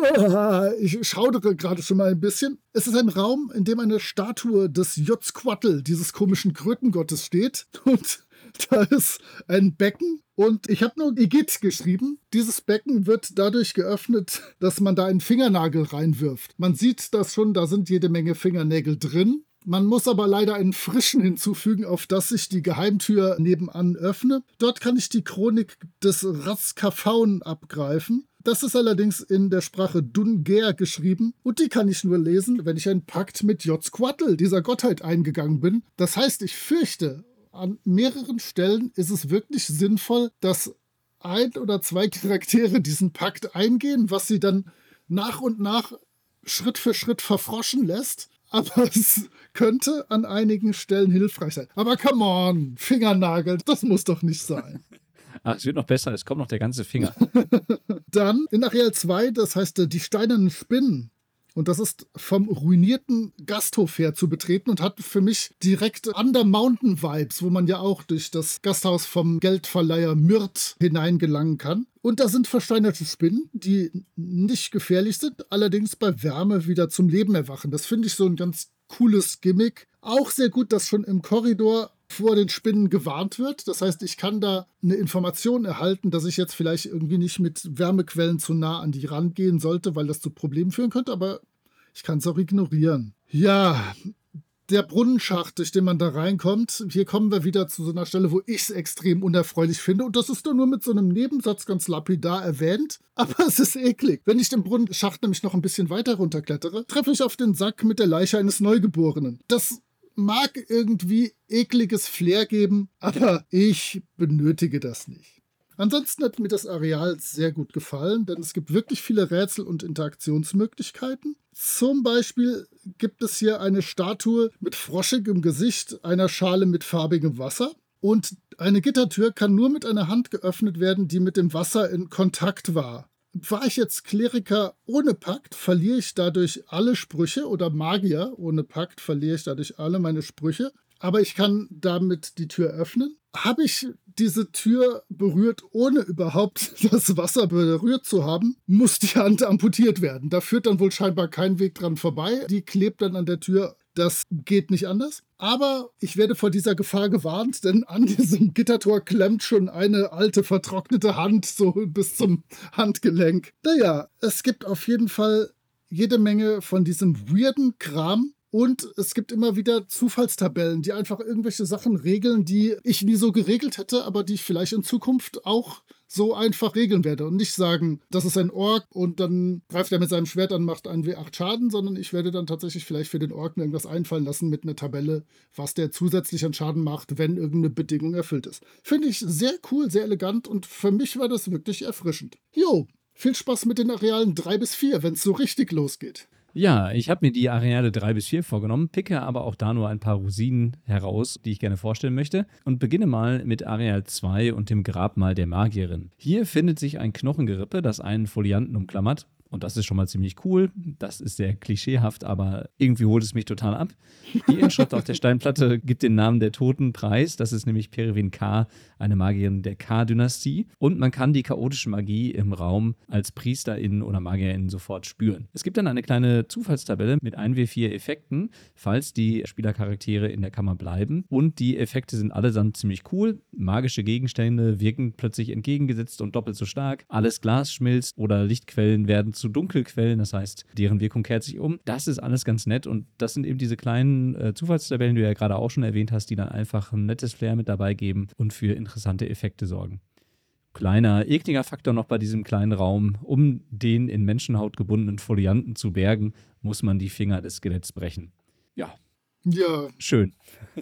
ich schaudere gerade schon mal ein bisschen. Es ist ein Raum, in dem eine Statue des Jotzquattel, dieses komischen Krötengottes, steht. Und da ist ein Becken und ich habe nur Igitt geschrieben. Dieses Becken wird dadurch geöffnet, dass man da einen Fingernagel reinwirft. Man sieht das schon, da sind jede Menge Fingernägel drin. Man muss aber leider einen frischen hinzufügen, auf das sich die Geheimtür nebenan öffne. Dort kann ich die Chronik des Raskafaun abgreifen. Das ist allerdings in der Sprache Dungaer geschrieben und die kann ich nur lesen, wenn ich einen Pakt mit Jotzquattel, dieser Gottheit, eingegangen bin. Das heißt, ich fürchte, an mehreren Stellen ist es wirklich sinnvoll, dass ein oder zwei Charaktere diesen Pakt eingehen, was sie dann nach und nach Schritt für Schritt verfroschen lässt. Aber es könnte an einigen Stellen hilfreich sein. Aber come on, Fingernagel, das muss doch nicht sein. Ach, es wird noch besser, es kommt noch der ganze Finger. Dann in Areal zwei, das heißt die steinernen Spinnen. Und das ist vom ruinierten Gasthof her zu betreten und hat für mich direkt Under Mountain Vibes, wo man ja auch durch das Gasthaus vom Geldverleiher Myrth hineingelangen kann. Und da sind versteinerte Spinnen, die nicht gefährlich sind, allerdings bei Wärme wieder zum Leben erwachen. Das finde ich so ein ganz cooles Gimmick. Auch sehr gut, dass schon im Korridor vor den Spinnen gewarnt wird. Das heißt, ich kann da eine Information erhalten, dass ich jetzt vielleicht irgendwie nicht mit Wärmequellen zu nah an die rangehen sollte, weil das zu Problemen führen könnte, aber ich kann es auch ignorieren. Ja, der Brunnenschacht, durch den man da reinkommt, hier kommen wir wieder zu so einer Stelle, wo ich es extrem unerfreulich finde. Und das ist doch nur mit so einem Nebensatz ganz lapidar erwähnt. Aber es ist eklig. Wenn ich den Brunnenschacht nämlich noch ein bisschen weiter runterklettere, treffe ich auf den Sack mit der Leiche eines Neugeborenen. Das mag irgendwie ekliges Flair geben, aber ich benötige das nicht. Ansonsten hat mir das Areal sehr gut gefallen, denn es gibt wirklich viele Rätsel und Interaktionsmöglichkeiten. Zum Beispiel gibt es hier eine Statue mit froschigem Gesicht, einer Schale mit farbigem Wasser. Und eine Gittertür kann nur mit einer Hand geöffnet werden, die mit dem Wasser in Kontakt war. War ich jetzt Kleriker ohne Pakt, verliere ich dadurch alle Sprüche, oder Magier ohne Pakt verliere ich dadurch alle meine Sprüche. Aber ich kann damit die Tür öffnen. Habe ich diese Tür berührt, ohne überhaupt das Wasser berührt zu haben, muss die Hand amputiert werden. Da führt dann wohl scheinbar kein Weg dran vorbei. Die klebt dann an der Tür. Das geht nicht anders. Aber ich werde vor dieser Gefahr gewarnt, denn an diesem Gittertor klemmt schon eine alte, vertrocknete Hand so bis zum Handgelenk. Naja, es gibt auf jeden Fall jede Menge von diesem weirden Kram. Und es gibt immer wieder Zufallstabellen, die einfach irgendwelche Sachen regeln, die ich nie so geregelt hätte, aber die ich vielleicht in Zukunft auch so einfach regeln werde. Und nicht sagen, das ist ein Ork und dann greift er mit seinem Schwert an, macht einen W acht Schaden, sondern ich werde dann tatsächlich vielleicht für den Ork mir irgendwas einfallen lassen mit einer Tabelle, was der zusätzlich an Schaden macht, wenn irgendeine Bedingung erfüllt ist. Finde ich sehr cool, sehr elegant und für mich war das wirklich erfrischend. Jo, viel Spaß mit den Arealen drei bis vier, wenn es so richtig losgeht. Ja, ich habe mir die Areale drei bis vier vorgenommen, picke aber auch da nur ein paar Rosinen heraus, die ich gerne vorstellen möchte und beginne mal mit Areal zwei und dem Grabmal der Magierin. Hier findet sich ein Knochengerippe, das einen Folianten umklammert. Und das ist schon mal ziemlich cool. Das ist sehr klischeehaft, aber irgendwie holt es mich total ab. Die Inschrift auf der Steinplatte gibt den Namen der Toten preis. Das ist nämlich Perivin K, eine Magierin der K-Dynastie. Und man kann die chaotische Magie im Raum als PriesterInnen oder MagierInnen sofort spüren. Es gibt dann eine kleine Zufallstabelle mit eins W vier Effekten, falls die Spielercharaktere in der Kammer bleiben. Und die Effekte sind allesamt ziemlich cool. Magische Gegenstände wirken plötzlich entgegengesetzt und doppelt so stark. Alles Glas schmilzt oder Lichtquellen werden zu Dunkelquellen, das heißt, deren Wirkung kehrt sich um. Das ist alles ganz nett und das sind eben diese kleinen äh, Zufallstabellen, die du ja gerade auch schon erwähnt hast, die dann einfach ein nettes Flair mit dabei geben und für interessante Effekte sorgen. Kleiner, ekliger Faktor noch bei diesem kleinen Raum: Um den in Menschenhaut gebundenen Folianten zu bergen, muss man die Finger des Skeletts brechen. Ja. Ja. Schön.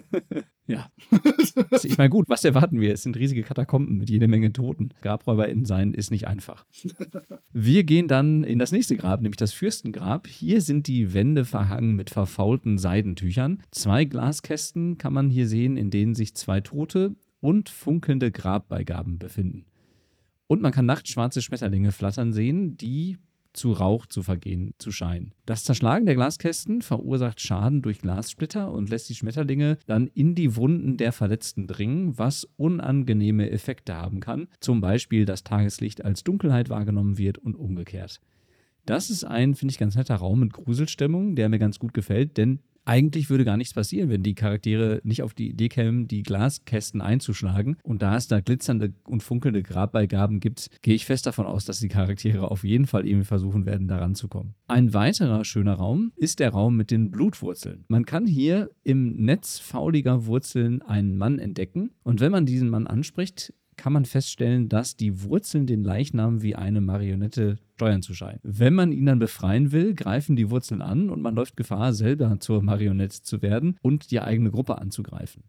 Ja. Ich meine, gut, was erwarten wir? Es sind riesige Katakomben mit jede Menge Toten. GrabräuberInnen sein ist nicht einfach. Wir gehen dann in das nächste Grab, nämlich das Fürstengrab. Hier sind die Wände verhangen mit verfaulten Seidentüchern. Zwei Glaskästen kann man hier sehen, in denen sich zwei Tote und funkelnde Grabbeigaben befinden. Und man kann nachts schwarze Schmetterlinge flattern sehen, die zu Rauch zu vergehen zu scheinen. Das Zerschlagen der Glaskästen verursacht Schaden durch Glassplitter und lässt die Schmetterlinge dann in die Wunden der Verletzten dringen, was unangenehme Effekte haben kann. Zum Beispiel, dass Tageslicht als Dunkelheit wahrgenommen wird und umgekehrt. Das ist ein, finde ich, ganz netter Raum mit Gruselstimmung, der mir ganz gut gefällt, denn eigentlich würde gar nichts passieren, wenn die Charaktere nicht auf die Idee kämen, die Glaskästen einzuschlagen. Und da es da glitzernde und funkelnde Grabbeigaben gibt, gehe ich fest davon aus, dass die Charaktere auf jeden Fall irgendwie versuchen werden, da ranzukommen. Ein weiterer schöner Raum ist der Raum mit den Blutwurzeln. Man kann hier im Netz fauliger Wurzeln einen Mann entdecken. Und wenn man diesen Mann anspricht, kann man feststellen, dass die Wurzeln den Leichnam wie eine Marionette steuern zu scheinen. Wenn man ihn dann befreien will, greifen die Wurzeln an und man läuft Gefahr, selber zur Marionette zu werden und die eigene Gruppe anzugreifen.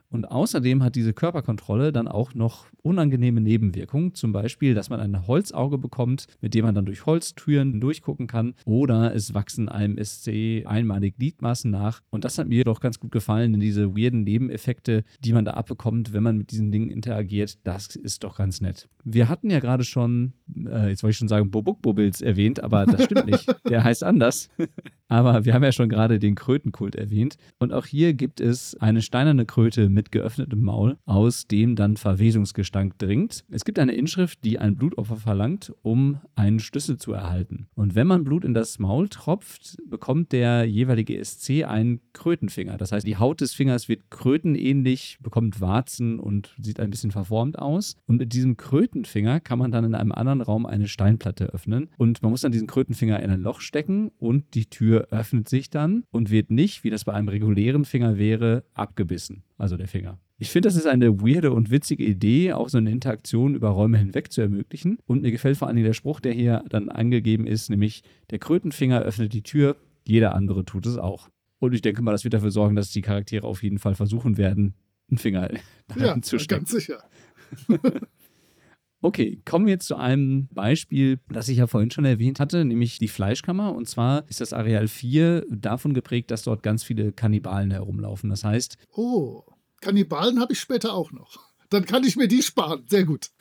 Und außerdem hat diese Körperkontrolle dann auch noch unangenehme Nebenwirkungen. Zum Beispiel, dass man ein Holzauge bekommt, mit dem man dann durch Holztüren durchgucken kann. Oder es wachsen einem S C einmalig Gliedmaßen nach. Und das hat mir doch ganz gut gefallen, denn diese weirden Nebeneffekte, die man da abbekommt, wenn man mit diesen Dingen interagiert, das ist doch ganz nett. Wir hatten ja gerade schon, äh, jetzt wollte ich schon sagen, Bobuk-Bobils erwähnt, aber das stimmt nicht. Der heißt anders. Aber wir haben ja schon gerade den Krötenkult erwähnt. Und auch hier gibt es eine steinerne Kröte mit geöffnetem Maul, aus dem dann Verwesungsgestank dringt. Es gibt eine Inschrift, die ein Blutopfer verlangt, um einen Schlüssel zu erhalten. Und wenn man Blut in das Maul tropft, bekommt der jeweilige S C einen Krötenfinger. Das heißt, die Haut des Fingers wird krötenähnlich, bekommt Warzen und sieht ein bisschen verformt aus. Und mit diesem Krötenfinger kann man dann in einem anderen Raum eine Steinplatte öffnen. Und man muss dann diesen Krötenfinger in ein Loch stecken und die Tür öffnet sich dann und wird nicht, wie das bei einem regulären Finger wäre, abgebissen. Also der Finger. Ich finde, das ist eine weirde und witzige Idee, auch so eine Interaktion über Räume hinweg zu ermöglichen. Und mir gefällt vor allem der Spruch, der hier dann angegeben ist, nämlich der Krötenfinger öffnet die Tür, jeder andere tut es auch. Und ich denke mal, das wird dafür sorgen, dass die Charaktere auf jeden Fall versuchen werden, einen Finger ja, zu stecken. Ganz sicher. Okay, kommen wir jetzt zu einem Beispiel, das ich ja vorhin schon erwähnt hatte, nämlich die Fleischkammer. Und zwar ist das Areal vier davon geprägt, dass dort ganz viele Kannibalen herumlaufen. Das heißt... Oh, Kannibalen habe ich später auch noch. Dann kann ich mir die sparen. Sehr gut.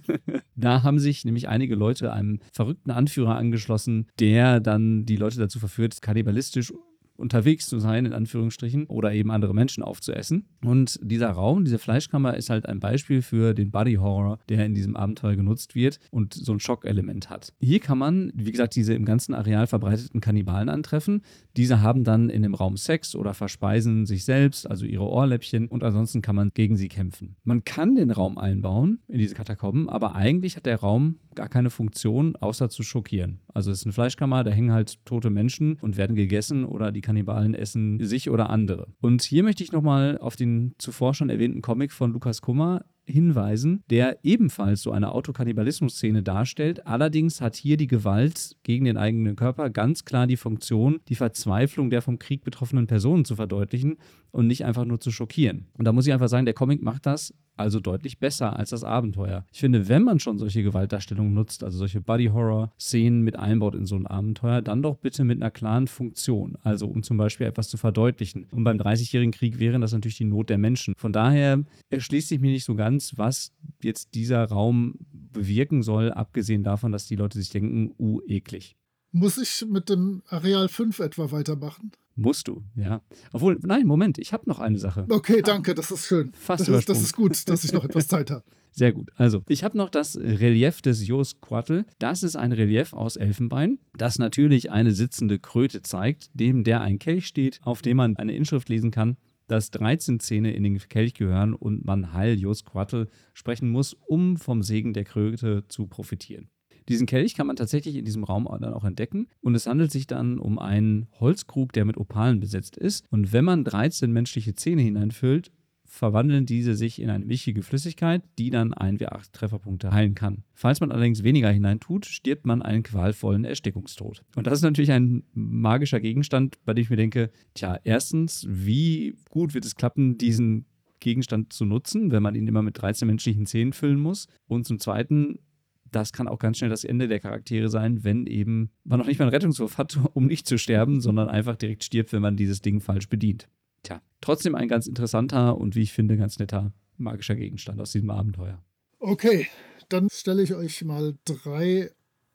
Da haben sich nämlich einige Leute einem verrückten Anführer angeschlossen, der dann die Leute dazu verführt, kannibalistisch unterwegs zu sein, in Anführungsstrichen, oder eben andere Menschen aufzuessen. Und dieser Raum, diese Fleischkammer ist halt ein Beispiel für den Body Horror, der in diesem Abenteuer genutzt wird und so ein Schockelement hat. Hier kann man, wie gesagt, diese im ganzen Areal verbreiteten Kannibalen antreffen. Diese haben dann in dem Raum Sex oder verspeisen sich selbst, also ihre Ohrläppchen, und ansonsten kann man gegen sie kämpfen. Man kann den Raum einbauen in diese Katakomben, aber eigentlich hat der Raum gar keine Funktion, außer zu schockieren. Also es ist eine Fleischkammer, da hängen halt tote Menschen und werden gegessen oder die Kannibalen essen sich oder andere. Und hier möchte ich nochmal auf den zuvor schon erwähnten Comic von Lukas Kummer hinweisen, der ebenfalls so eine Autokannibalismus-Szene darstellt. Allerdings hat hier die Gewalt gegen den eigenen Körper ganz klar die Funktion, die Verzweiflung der vom Krieg betroffenen Personen zu verdeutlichen und nicht einfach nur zu schockieren. Und da muss ich einfach sagen, der Comic macht das also deutlich besser als das Abenteuer. Ich finde, wenn man schon solche Gewaltdarstellungen nutzt, also solche Body-Horror-Szenen mit einbaut in so ein Abenteuer, dann doch bitte mit einer klaren Funktion. Also um zum Beispiel etwas zu verdeutlichen. Und beim dreißigjährigen Krieg wäre das natürlich die Not der Menschen. Von daher erschließt sich mir nicht so ganz, was jetzt dieser Raum bewirken soll, abgesehen davon, dass die Leute sich denken, uh, eklig. Muss ich mit dem Areal fünf etwa weitermachen? Musst du, ja. Obwohl, nein, Moment, ich habe noch eine Sache. Okay, danke, das ist schön. Fast das, ist, das ist gut, dass ich noch etwas Zeit habe. Sehr gut. Also, ich habe noch das Relief des Josquatl. Das ist ein Relief aus Elfenbein, das natürlich eine sitzende Kröte zeigt, neben der ein Kelch steht, auf dem man eine Inschrift lesen kann, dass dreizehn Zähne in den Kelch gehören und man Heil Josquatl sprechen muss, um vom Segen der Kröte zu profitieren. Diesen Kelch kann man tatsächlich in diesem Raum dann auch entdecken und es handelt sich dann um einen Holzkrug, der mit Opalen besetzt ist. Und wenn man dreizehn menschliche Zähne hineinfüllt, verwandeln diese sich in eine milchige Flüssigkeit, die dann ein W acht Trefferpunkte heilen kann. Falls man allerdings weniger hineintut, stirbt man einen qualvollen Erstickungstod. Und das ist natürlich ein magischer Gegenstand, bei dem ich mir denke, tja, erstens, wie gut wird es klappen, diesen Gegenstand zu nutzen, wenn man ihn immer mit dreizehn menschlichen Zähnen füllen muss? Und zum Zweiten, das kann auch ganz schnell das Ende der Charaktere sein, wenn eben man noch nicht mal einen Rettungswurf hat, um nicht zu sterben, sondern einfach direkt stirbt, wenn man dieses Ding falsch bedient. Tja, trotzdem ein ganz interessanter und wie ich finde, ganz netter magischer Gegenstand aus diesem Abenteuer. Okay, dann stelle ich euch mal drei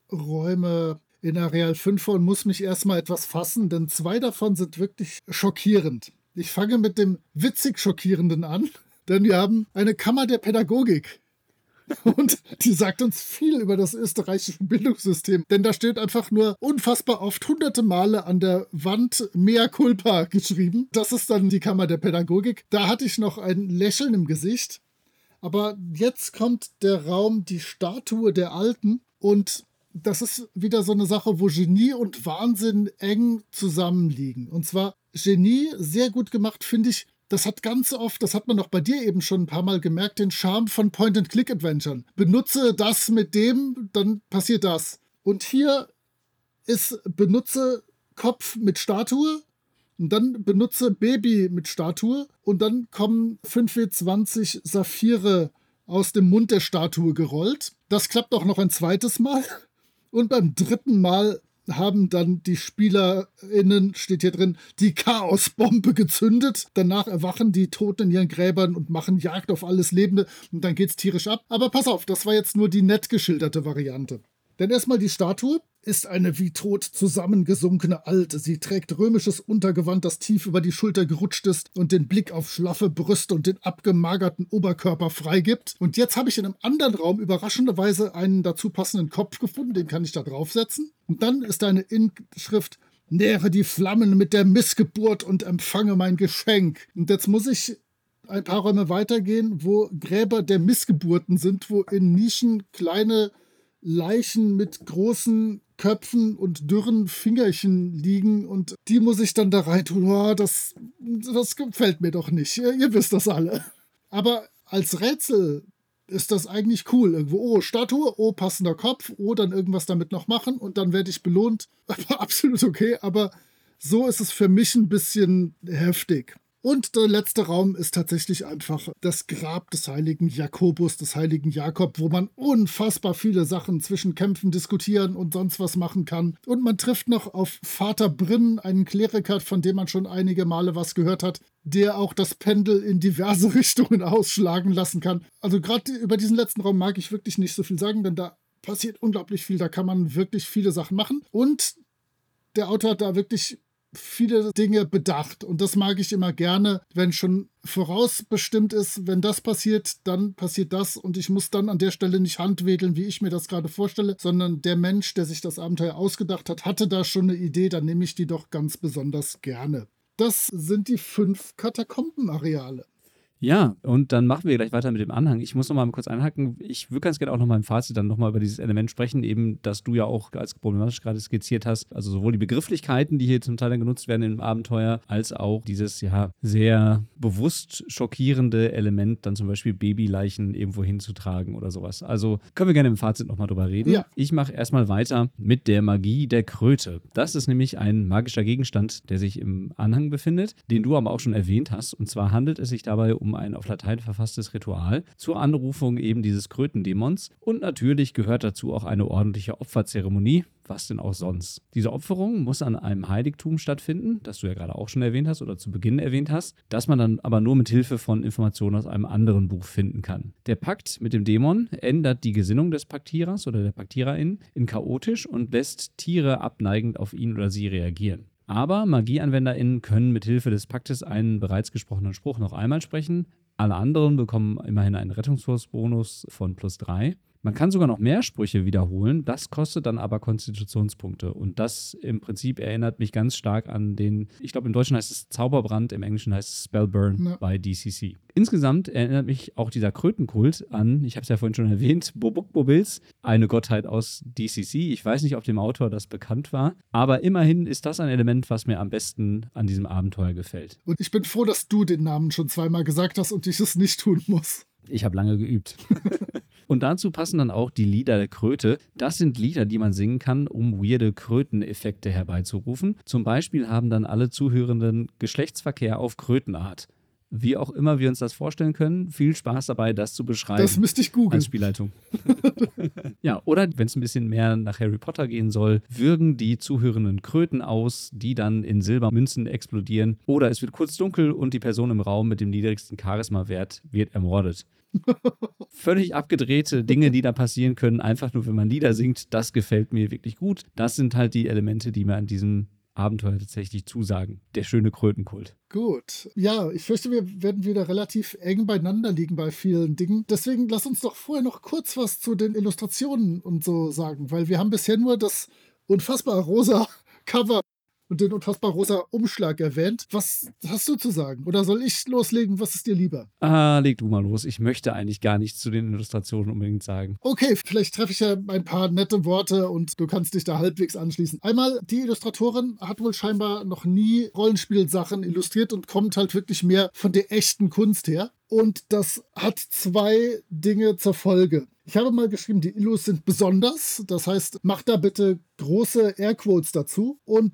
Räume in Areal fünf vor und muss mich erstmal etwas fassen, denn zwei davon sind wirklich schockierend. Ich fange mit dem witzig Schockierenden an, denn wir haben eine Kammer der Pädagogik. Und die sagt uns viel über das österreichische Bildungssystem. Denn da steht einfach nur unfassbar oft hunderte Male an der Wand Mea culpa geschrieben. Das ist dann die Kammer der Pädagogik. Da hatte ich noch ein Lächeln im Gesicht. Aber jetzt kommt der Raum, die Statue der Alten. Und das ist wieder so eine Sache, wo Genie und Wahnsinn eng zusammenliegen. Und zwar Genie, sehr gut gemacht, finde ich. Das hat ganz oft, das hat man auch bei dir eben schon ein paar Mal gemerkt, den Charme von Point-and-Click-Adventuren. Benutze das mit dem, dann passiert das. Und hier ist benutze Kopf mit Statue, Und dann benutze Baby mit Statue und dann kommen fünf W zwanzig Saphire aus dem Mund der Statue gerollt. Das klappt auch noch ein zweites Mal. Und beim dritten Mal haben dann die SpielerInnen, steht hier drin, die Chaosbombe gezündet. Danach erwachen die Toten in ihren Gräbern und machen Jagd auf alles Lebende. Und dann geht's tierisch ab. Aber pass auf, das war jetzt nur die nett geschilderte Variante. Denn erstmal die Statue ist eine wie tot zusammengesunkene Alte. Sie trägt römisches Untergewand, das tief über die Schulter gerutscht ist und den Blick auf schlaffe Brüste und den abgemagerten Oberkörper freigibt. Und jetzt habe ich in einem anderen Raum überraschenderweise einen dazu passenden Kopf gefunden, den kann ich da draufsetzen. Und dann ist eine Inschrift: Nähre die Flammen mit der Missgeburt und empfange mein Geschenk. Und jetzt muss ich ein paar Räume weitergehen, wo Gräber der Missgeburten sind, wo in Nischen kleine Leichen mit großen Köpfen und dürren Fingerchen liegen und die muss ich dann da rein tun. Oh, das, das gefällt mir doch nicht. Ihr, ihr wisst das alle. Aber als Rätsel ist das eigentlich cool. Irgendwo, oh, Statue, oh, passender Kopf, oh, dann irgendwas damit noch machen und dann werde ich belohnt. Absolut okay, aber so ist es für mich ein bisschen heftig. Und der letzte Raum ist tatsächlich einfach das Grab des heiligen Jakobus, des heiligen Jakob, wo man unfassbar viele Sachen zwischen Kämpfen diskutieren und sonst was machen kann. Und man trifft noch auf Vater Brinn, einen Kleriker, von dem man schon einige Male was gehört hat, der auch das Pendel in diverse Richtungen ausschlagen lassen kann. Also gerade über diesen letzten Raum mag ich wirklich nicht so viel sagen, denn da passiert unglaublich viel, da kann man wirklich viele Sachen machen. Und der Autor hat da wirklich viele Dinge bedacht und das mag ich immer gerne, wenn schon vorausbestimmt ist, wenn das passiert, dann passiert das und ich muss dann an der Stelle nicht handwedeln, wie ich mir das gerade vorstelle, sondern der Mensch, der sich das Abenteuer ausgedacht hat, hatte da schon eine Idee, dann nehme ich die doch ganz besonders gerne. Das sind die fünf Katakombenareale. Ja, und dann machen wir gleich weiter mit dem Anhang. Ich muss noch mal kurz einhaken. Ich würde ganz gerne auch noch mal im Fazit dann noch mal über dieses Element sprechen, eben, dass du ja auch als problematisch gerade skizziert hast. Also sowohl die Begrifflichkeiten, die hier zum Teil dann genutzt werden im Abenteuer, als auch dieses ja sehr bewusst schockierende Element, dann zum Beispiel Babyleichen irgendwo hinzutragen oder sowas. Also können wir gerne im Fazit noch mal drüber reden. Ja. Ich mache erstmal weiter mit der Magie der Kröte. Das ist nämlich ein magischer Gegenstand, der sich im Anhang befindet, den du aber auch schon erwähnt hast. Und zwar handelt es sich dabei um ein auf Latein verfasstes Ritual zur Anrufung eben dieses Krötendämons. Und natürlich gehört dazu auch eine ordentliche Opferzeremonie. Was denn auch sonst? Diese Opferung muss an einem Heiligtum stattfinden, das du ja gerade auch schon erwähnt hast oder zu Beginn erwähnt hast, das man dann aber nur mit Hilfe von Informationen aus einem anderen Buch finden kann. Der Pakt mit dem Dämon ändert die Gesinnung des Paktierers oder der Paktiererin in chaotisch und lässt Tiere abneigend auf ihn oder sie reagieren. Aber MagieanwenderInnen können mit Hilfe des Paktes einen bereits gesprochenen Spruch noch einmal sprechen. Alle anderen bekommen immerhin einen Rettungskursbonus von plus drei. Man kann sogar noch mehr Sprüche wiederholen, das kostet dann aber Konstitutionspunkte. Und das im Prinzip erinnert mich ganz stark an den, ich glaube im Deutschen heißt es Zauberbrand, im Englischen heißt es Spellburn ja. bei D C C. Insgesamt erinnert mich auch dieser Krötenkult an, ich habe es ja vorhin schon erwähnt, Bobuk-Bobils, eine Gottheit aus D C C. Ich weiß nicht, ob dem Autor das bekannt war, aber immerhin ist das ein Element, was mir am besten an diesem Abenteuer gefällt. Und ich bin froh, dass du den Namen schon zweimal gesagt hast und ich es nicht tun muss. Ich habe lange geübt. Und dazu passen dann auch die Lieder der Kröte. Das sind Lieder, die man singen kann, um weirde Kröteneffekte herbeizurufen. Zum Beispiel haben dann alle Zuhörenden Geschlechtsverkehr auf Krötenart. Wie auch immer wir uns das vorstellen können, viel Spaß dabei, das zu beschreiben. Das müsste ich googeln. Als Spielleitung. Ja, oder wenn es ein bisschen mehr nach Harry Potter gehen soll, würgen die Zuhörenden Kröten aus, die dann in Silbermünzen explodieren. Oder es wird kurz dunkel und die Person im Raum mit dem niedrigsten Charisma-Wert wird ermordet. Völlig abgedrehte Dinge, die da passieren können, einfach nur, wenn man Lieder singt, das gefällt mir wirklich gut. Das sind halt die Elemente, die mir an diesem Abenteuer tatsächlich zusagen. Der schöne Krötenkult. Gut. Ja, ich fürchte, wir werden wieder relativ eng beieinander liegen bei vielen Dingen. Deswegen lass uns doch vorher noch kurz was zu den Illustrationen und so sagen, weil wir haben bisher nur das unfassbar rosa Cover und den unfassbar rosa Umschlag erwähnt. Was hast du zu sagen? Oder soll ich loslegen? Was ist dir lieber? Ah, leg du mal los. Ich möchte eigentlich gar nichts zu den Illustrationen unbedingt sagen. Okay, vielleicht treffe ich ja ein paar nette Worte und du kannst dich da halbwegs anschließen. Einmal, die Illustratorin hat wohl scheinbar noch nie Rollenspielsachen illustriert und kommt halt wirklich mehr von der echten Kunst her. Und das hat zwei Dinge zur Folge. Ich habe mal geschrieben, die Illus sind besonders. Das heißt, mach da bitte große Airquotes dazu. Und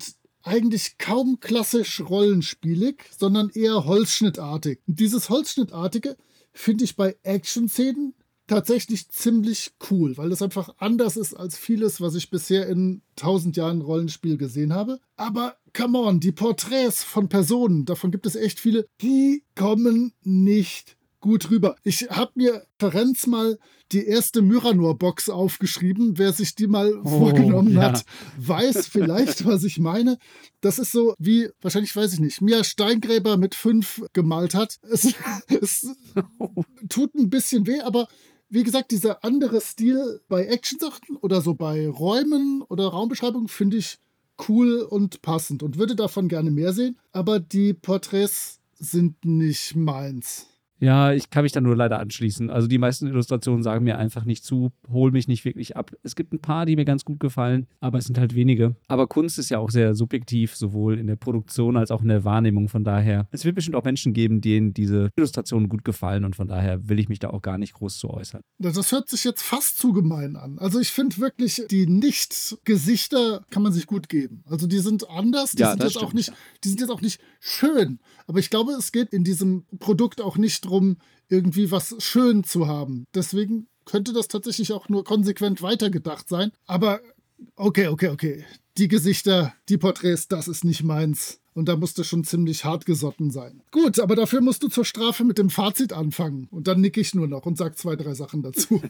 eigentlich kaum klassisch rollenspielig, sondern eher holzschnittartig. Und dieses Holzschnittartige finde ich bei Action-Szenen tatsächlich ziemlich cool, weil das einfach anders ist als vieles, was ich bisher in tausend Jahren Rollenspiel gesehen habe. Aber come on, die Porträts von Personen, davon gibt es echt viele, die kommen nicht gut rüber. Ich habe mir Ferenz mal die erste Myranor-Box aufgeschrieben. Wer sich die mal oh, vorgenommen ja. hat, weiß vielleicht, was ich meine. Das ist so wie, wahrscheinlich weiß ich nicht, Mia Steingräber mit fünf gemalt hat. Es, es tut ein bisschen weh, aber wie gesagt, dieser andere Stil bei Action-Sachen oder so bei Räumen oder Raumbeschreibungen finde ich cool und passend und würde davon gerne mehr sehen. Aber die Porträts sind nicht meins. Ja, ich kann mich da nur leider anschließen. Also die meisten Illustrationen sagen mir einfach nicht zu, hol mich nicht wirklich ab. Es gibt ein paar, die mir ganz gut gefallen, aber es sind halt wenige. Aber Kunst ist ja auch sehr subjektiv, sowohl in der Produktion als auch in der Wahrnehmung. Von daher, es wird bestimmt auch Menschen geben, denen diese Illustrationen gut gefallen und von daher will ich mich da auch gar nicht groß zu äußern. Das hört sich jetzt fast zu gemein an. Also ich finde wirklich, die Nicht-Gesichter kann man sich gut geben. Also die sind anders, die, ja, sind, jetzt stimmt, auch nicht, ja. die sind jetzt auch nicht schön. Aber ich glaube, es geht in diesem Produkt auch nicht darum, irgendwie was schön zu haben. Deswegen könnte das tatsächlich auch nur konsequent weitergedacht sein. Aber okay, okay, okay. Die Gesichter, die Porträts, das ist nicht meins. Und da musst du schon ziemlich hart gesotten sein. Gut, aber dafür musst du zur Strafe mit dem Fazit anfangen. Und dann nicke ich nur noch und sage zwei, drei Sachen dazu.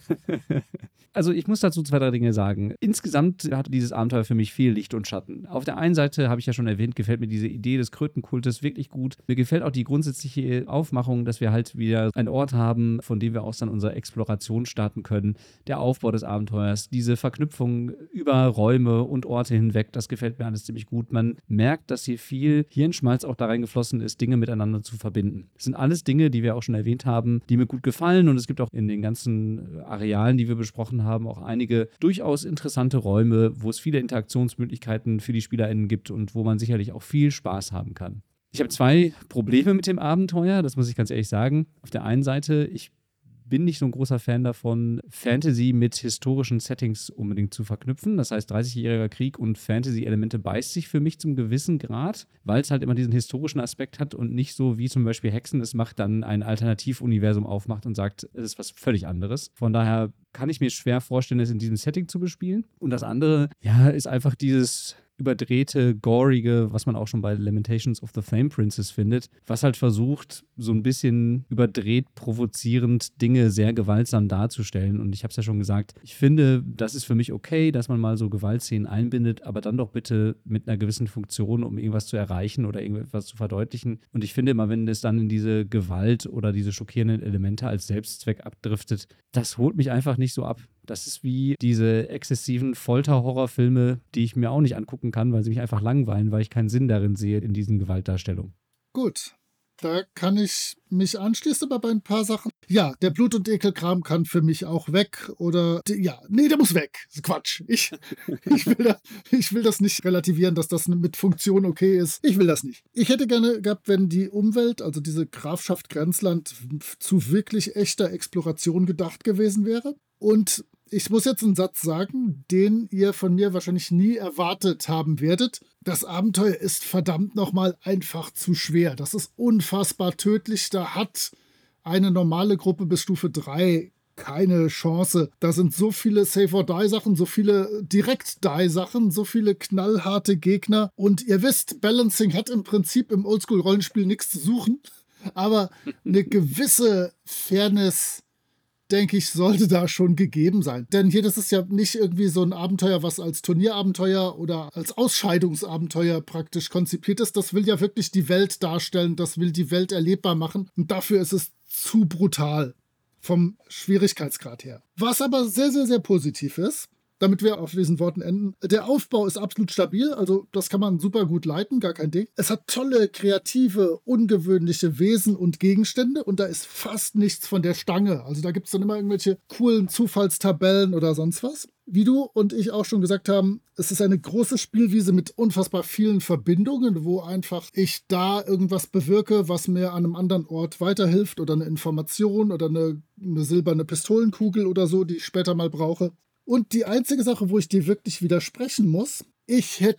Also ich muss dazu zwei, drei Dinge sagen. Insgesamt hat dieses Abenteuer für mich viel Licht und Schatten. Auf der einen Seite, habe ich ja schon erwähnt, gefällt mir diese Idee des Krötenkultes wirklich gut. Mir gefällt auch die grundsätzliche Aufmachung, dass wir halt wieder einen Ort haben, von dem wir aus dann unsere Exploration starten können. Der Aufbau des Abenteuers, diese Verknüpfung über Räume und Orte hinweg, das gefällt mir alles ziemlich gut. Man merkt, dass hier viel Hirnschmalz auch da reingeflossen ist, Dinge miteinander zu verbinden. Das sind alles Dinge, die wir auch schon erwähnt haben, die mir gut gefallen und es gibt auch in den ganzen Arealen, die wir besprochen haben, auch einige durchaus interessante Räume, wo es viele Interaktionsmöglichkeiten für die SpielerInnen gibt und wo man sicherlich auch viel Spaß haben kann. Ich habe zwei Probleme mit dem Abenteuer, das muss ich ganz ehrlich sagen. Auf der einen Seite, ich bin nicht so ein großer Fan davon, Fantasy mit historischen Settings unbedingt zu verknüpfen. Das heißt, dreißigjähriger Krieg und Fantasy-Elemente beißt sich für mich zum gewissen Grad, weil es halt immer diesen historischen Aspekt hat und nicht so, wie zum Beispiel Hexen es macht, dann ein Alternativuniversum aufmacht und sagt, es ist was völlig anderes. Von daher kann ich mir schwer vorstellen, es in diesem Setting zu bespielen. Und das andere, ja, ist einfach dieses überdrehte, gorige, was man auch schon bei Lamentations of the Flame Princess findet, was halt versucht, so ein bisschen überdreht, provozierend Dinge sehr gewaltsam darzustellen. Und ich habe es ja schon gesagt, ich finde, das ist für mich okay, dass man mal so Gewaltszenen einbindet, aber dann doch bitte mit einer gewissen Funktion, um irgendwas zu erreichen oder irgendwas zu verdeutlichen. Und ich finde immer, wenn es dann in diese Gewalt oder diese schockierenden Elemente als Selbstzweck abdriftet, das holt mich einfach nicht so ab. Das ist wie diese exzessiven Folter-Horrorfilme, die ich mir auch nicht angucken kann, weil sie mich einfach langweilen, weil ich keinen Sinn darin sehe in diesen Gewaltdarstellungen. Gut, da kann ich mich anschließen, aber bei ein paar Sachen. Ja, der Blut- und Ekelkram kann für mich auch weg. Oder, ja, nee, der muss weg. Quatsch. Ich, ich, will da, ich will das nicht relativieren, dass das mit Funktion okay ist. Ich will das nicht. Ich hätte gerne gehabt, wenn die Umwelt, also diese Grafschaft Grenzland, zu wirklich echter Exploration gedacht gewesen wäre. Und ich muss jetzt einen Satz sagen, den ihr von mir wahrscheinlich nie erwartet haben werdet. Das Abenteuer ist verdammt nochmal einfach zu schwer. Das ist unfassbar tödlich. Da hat eine normale Gruppe bis Stufe drei keine Chance. Da sind so viele Save-or-Die-Sachen, so viele Direkt-Die-Sachen, so viele knallharte Gegner. Und ihr wisst, Balancing hat im Prinzip im Oldschool-Rollenspiel nichts zu suchen. Aber eine gewisse Fairness, denke ich, sollte da schon gegeben sein. Denn hier, das ist ja nicht irgendwie so ein Abenteuer, was als Turnierabenteuer oder als Ausscheidungsabenteuer praktisch konzipiert ist. Das will ja wirklich die Welt darstellen, das will die Welt erlebbar machen. Und dafür ist es zu brutal vom Schwierigkeitsgrad her. Was aber sehr, sehr, sehr positiv ist, damit wir auf diesen Worten enden. Der Aufbau ist absolut stabil, also das kann man super gut leiten, gar kein Ding. Es hat tolle, kreative, ungewöhnliche Wesen und Gegenstände und da ist fast nichts von der Stange. Also da gibt es dann immer irgendwelche coolen Zufallstabellen oder sonst was. Wie du und ich auch schon gesagt haben, es ist eine große Spielwiese mit unfassbar vielen Verbindungen, wo einfach ich da irgendwas bewirke, was mir an einem anderen Ort weiterhilft oder eine Information oder eine, eine silberne Pistolenkugel oder so, die ich später mal brauche. Und die einzige Sache, wo ich dir wirklich widersprechen muss, ich hätte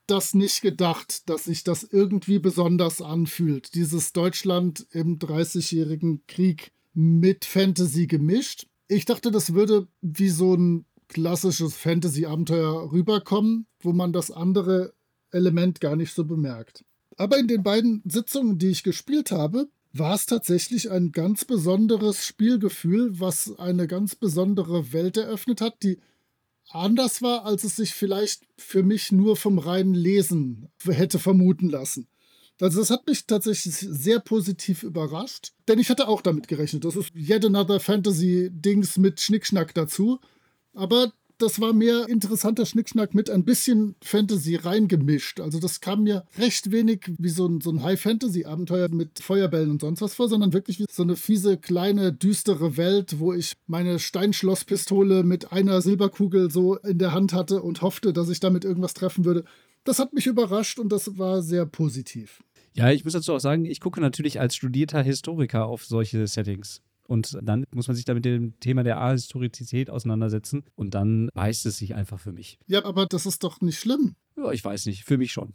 das nicht gedacht, dass sich das irgendwie besonders anfühlt. Dieses Deutschland im dreißigjährigen Krieg mit Fantasy gemischt. Ich dachte, das würde wie so ein klassisches Fantasy-Abenteuer rüberkommen, wo man das andere Element gar nicht so bemerkt. Aber in den beiden Sitzungen, die ich gespielt habe, war es tatsächlich ein ganz besonderes Spielgefühl, was eine ganz besondere Welt eröffnet hat, die anders war, als es sich vielleicht für mich nur vom reinen Lesen hätte vermuten lassen. Also das hat mich tatsächlich sehr positiv überrascht, denn ich hatte auch damit gerechnet. Das ist yet another Fantasy-Dings mit Schnickschnack dazu, aber das war mehr interessanter Schnickschnack mit ein bisschen Fantasy reingemischt. Also das kam mir recht wenig wie so ein, so ein High-Fantasy-Abenteuer mit Feuerbällen und sonst was vor, sondern wirklich wie so eine fiese, kleine, düstere Welt, wo ich meine Steinschlosspistole mit einer Silberkugel so in der Hand hatte und hoffte, dass ich damit irgendwas treffen würde. Das hat mich überrascht und das war sehr positiv. Ja, ich muss dazu auch sagen, ich gucke natürlich als studierter Historiker auf solche Settings. Und dann muss man sich da mit dem Thema der Ahistorizität auseinandersetzen und dann beißt es sich einfach für mich. Ja, aber das ist doch nicht schlimm. Ja, ich weiß nicht, für mich schon.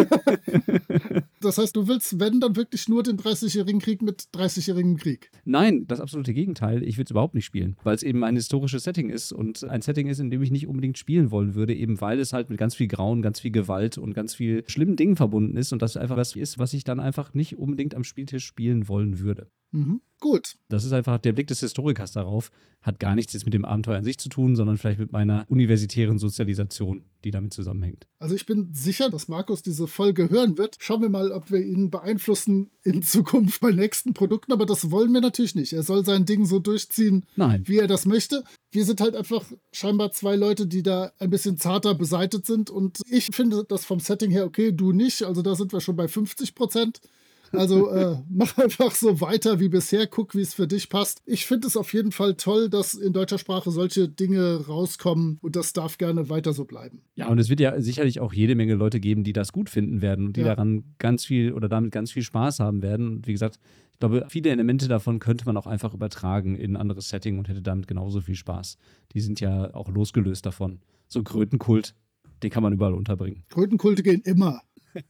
Das heißt, du willst, wenn, dann wirklich nur den dreißigjährigen Krieg mit dreißigjährigem Krieg? Nein, das absolute Gegenteil. Ich würde es überhaupt nicht spielen, weil es eben ein historisches Setting ist und ein Setting ist, in dem ich nicht unbedingt spielen wollen würde, eben weil es halt mit ganz viel Grauen, ganz viel Gewalt und ganz viel schlimmen Dingen verbunden ist und das einfach was ist, was ich dann einfach nicht unbedingt am Spieltisch spielen wollen würde. Mhm. Gut. Das ist einfach der Blick des Historikers darauf, hat gar nichts jetzt mit dem Abenteuer an sich zu tun, sondern vielleicht mit meiner universitären Sozialisation, die damit zusammenhängt. Also ich bin sicher, dass Markus diese Folge hören wird. Schauen wir mal, ob wir ihn beeinflussen in Zukunft bei nächsten Produkten, aber das wollen wir natürlich nicht. Er soll sein Ding so durchziehen, Nein. wie er das möchte. Wir sind halt einfach scheinbar zwei Leute, die da ein bisschen zarter beseitigt sind und ich finde das vom Setting her okay, du nicht. Also da sind wir schon bei fünfzig Prozent. Also äh, mach einfach so weiter wie bisher, guck, wie es für dich passt. Ich finde es auf jeden Fall toll, dass in deutscher Sprache solche Dinge rauskommen und das darf gerne weiter so bleiben. Ja, und es wird ja sicherlich auch jede Menge Leute geben, die das gut finden werden und die ja. daran ganz viel oder damit ganz viel Spaß haben werden. Und wie gesagt, ich glaube, viele Elemente davon könnte man auch einfach übertragen in ein anderes Setting und hätte damit genauso viel Spaß. Die sind ja auch losgelöst davon. So ein Krötenkult, den kann man überall unterbringen. Krötenkulte gehen immer.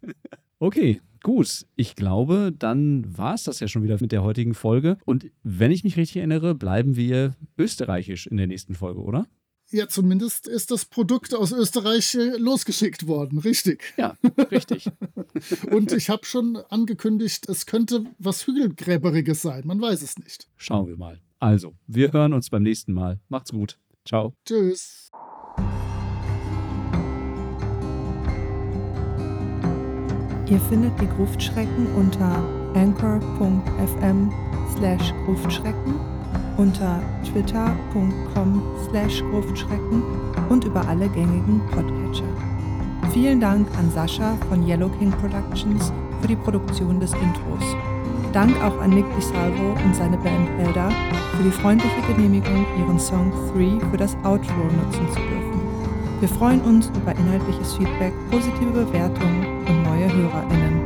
Okay, gut. Ich glaube, dann war es das ja schon wieder mit der heutigen Folge. Und wenn ich mich richtig erinnere, bleiben wir österreichisch in der nächsten Folge, oder? Ja, zumindest ist das Produkt aus Österreich losgeschickt worden, richtig. Ja, richtig. Und ich habe schon angekündigt, es könnte was Hügelgräberiges sein. Man weiß es nicht. Schauen wir mal. Also, wir hören uns beim nächsten Mal. Macht's gut. Ciao. Tschüss. Ihr findet die Gruftschrecken unter anchor.fm slash Gruftschrecken, unter twitter.com slash Gruftschrecken und über alle gängigen Podcatcher. Vielen Dank an Sascha von Yellow King Productions für die Produktion des Intros. Dank auch an Nick DiSalvo und seine Band Elda für die freundliche Genehmigung, ihren Song Three für das Outro nutzen zu dürfen. Wir freuen uns über inhaltliches Feedback, positive Bewertungen und neue HörerInnen.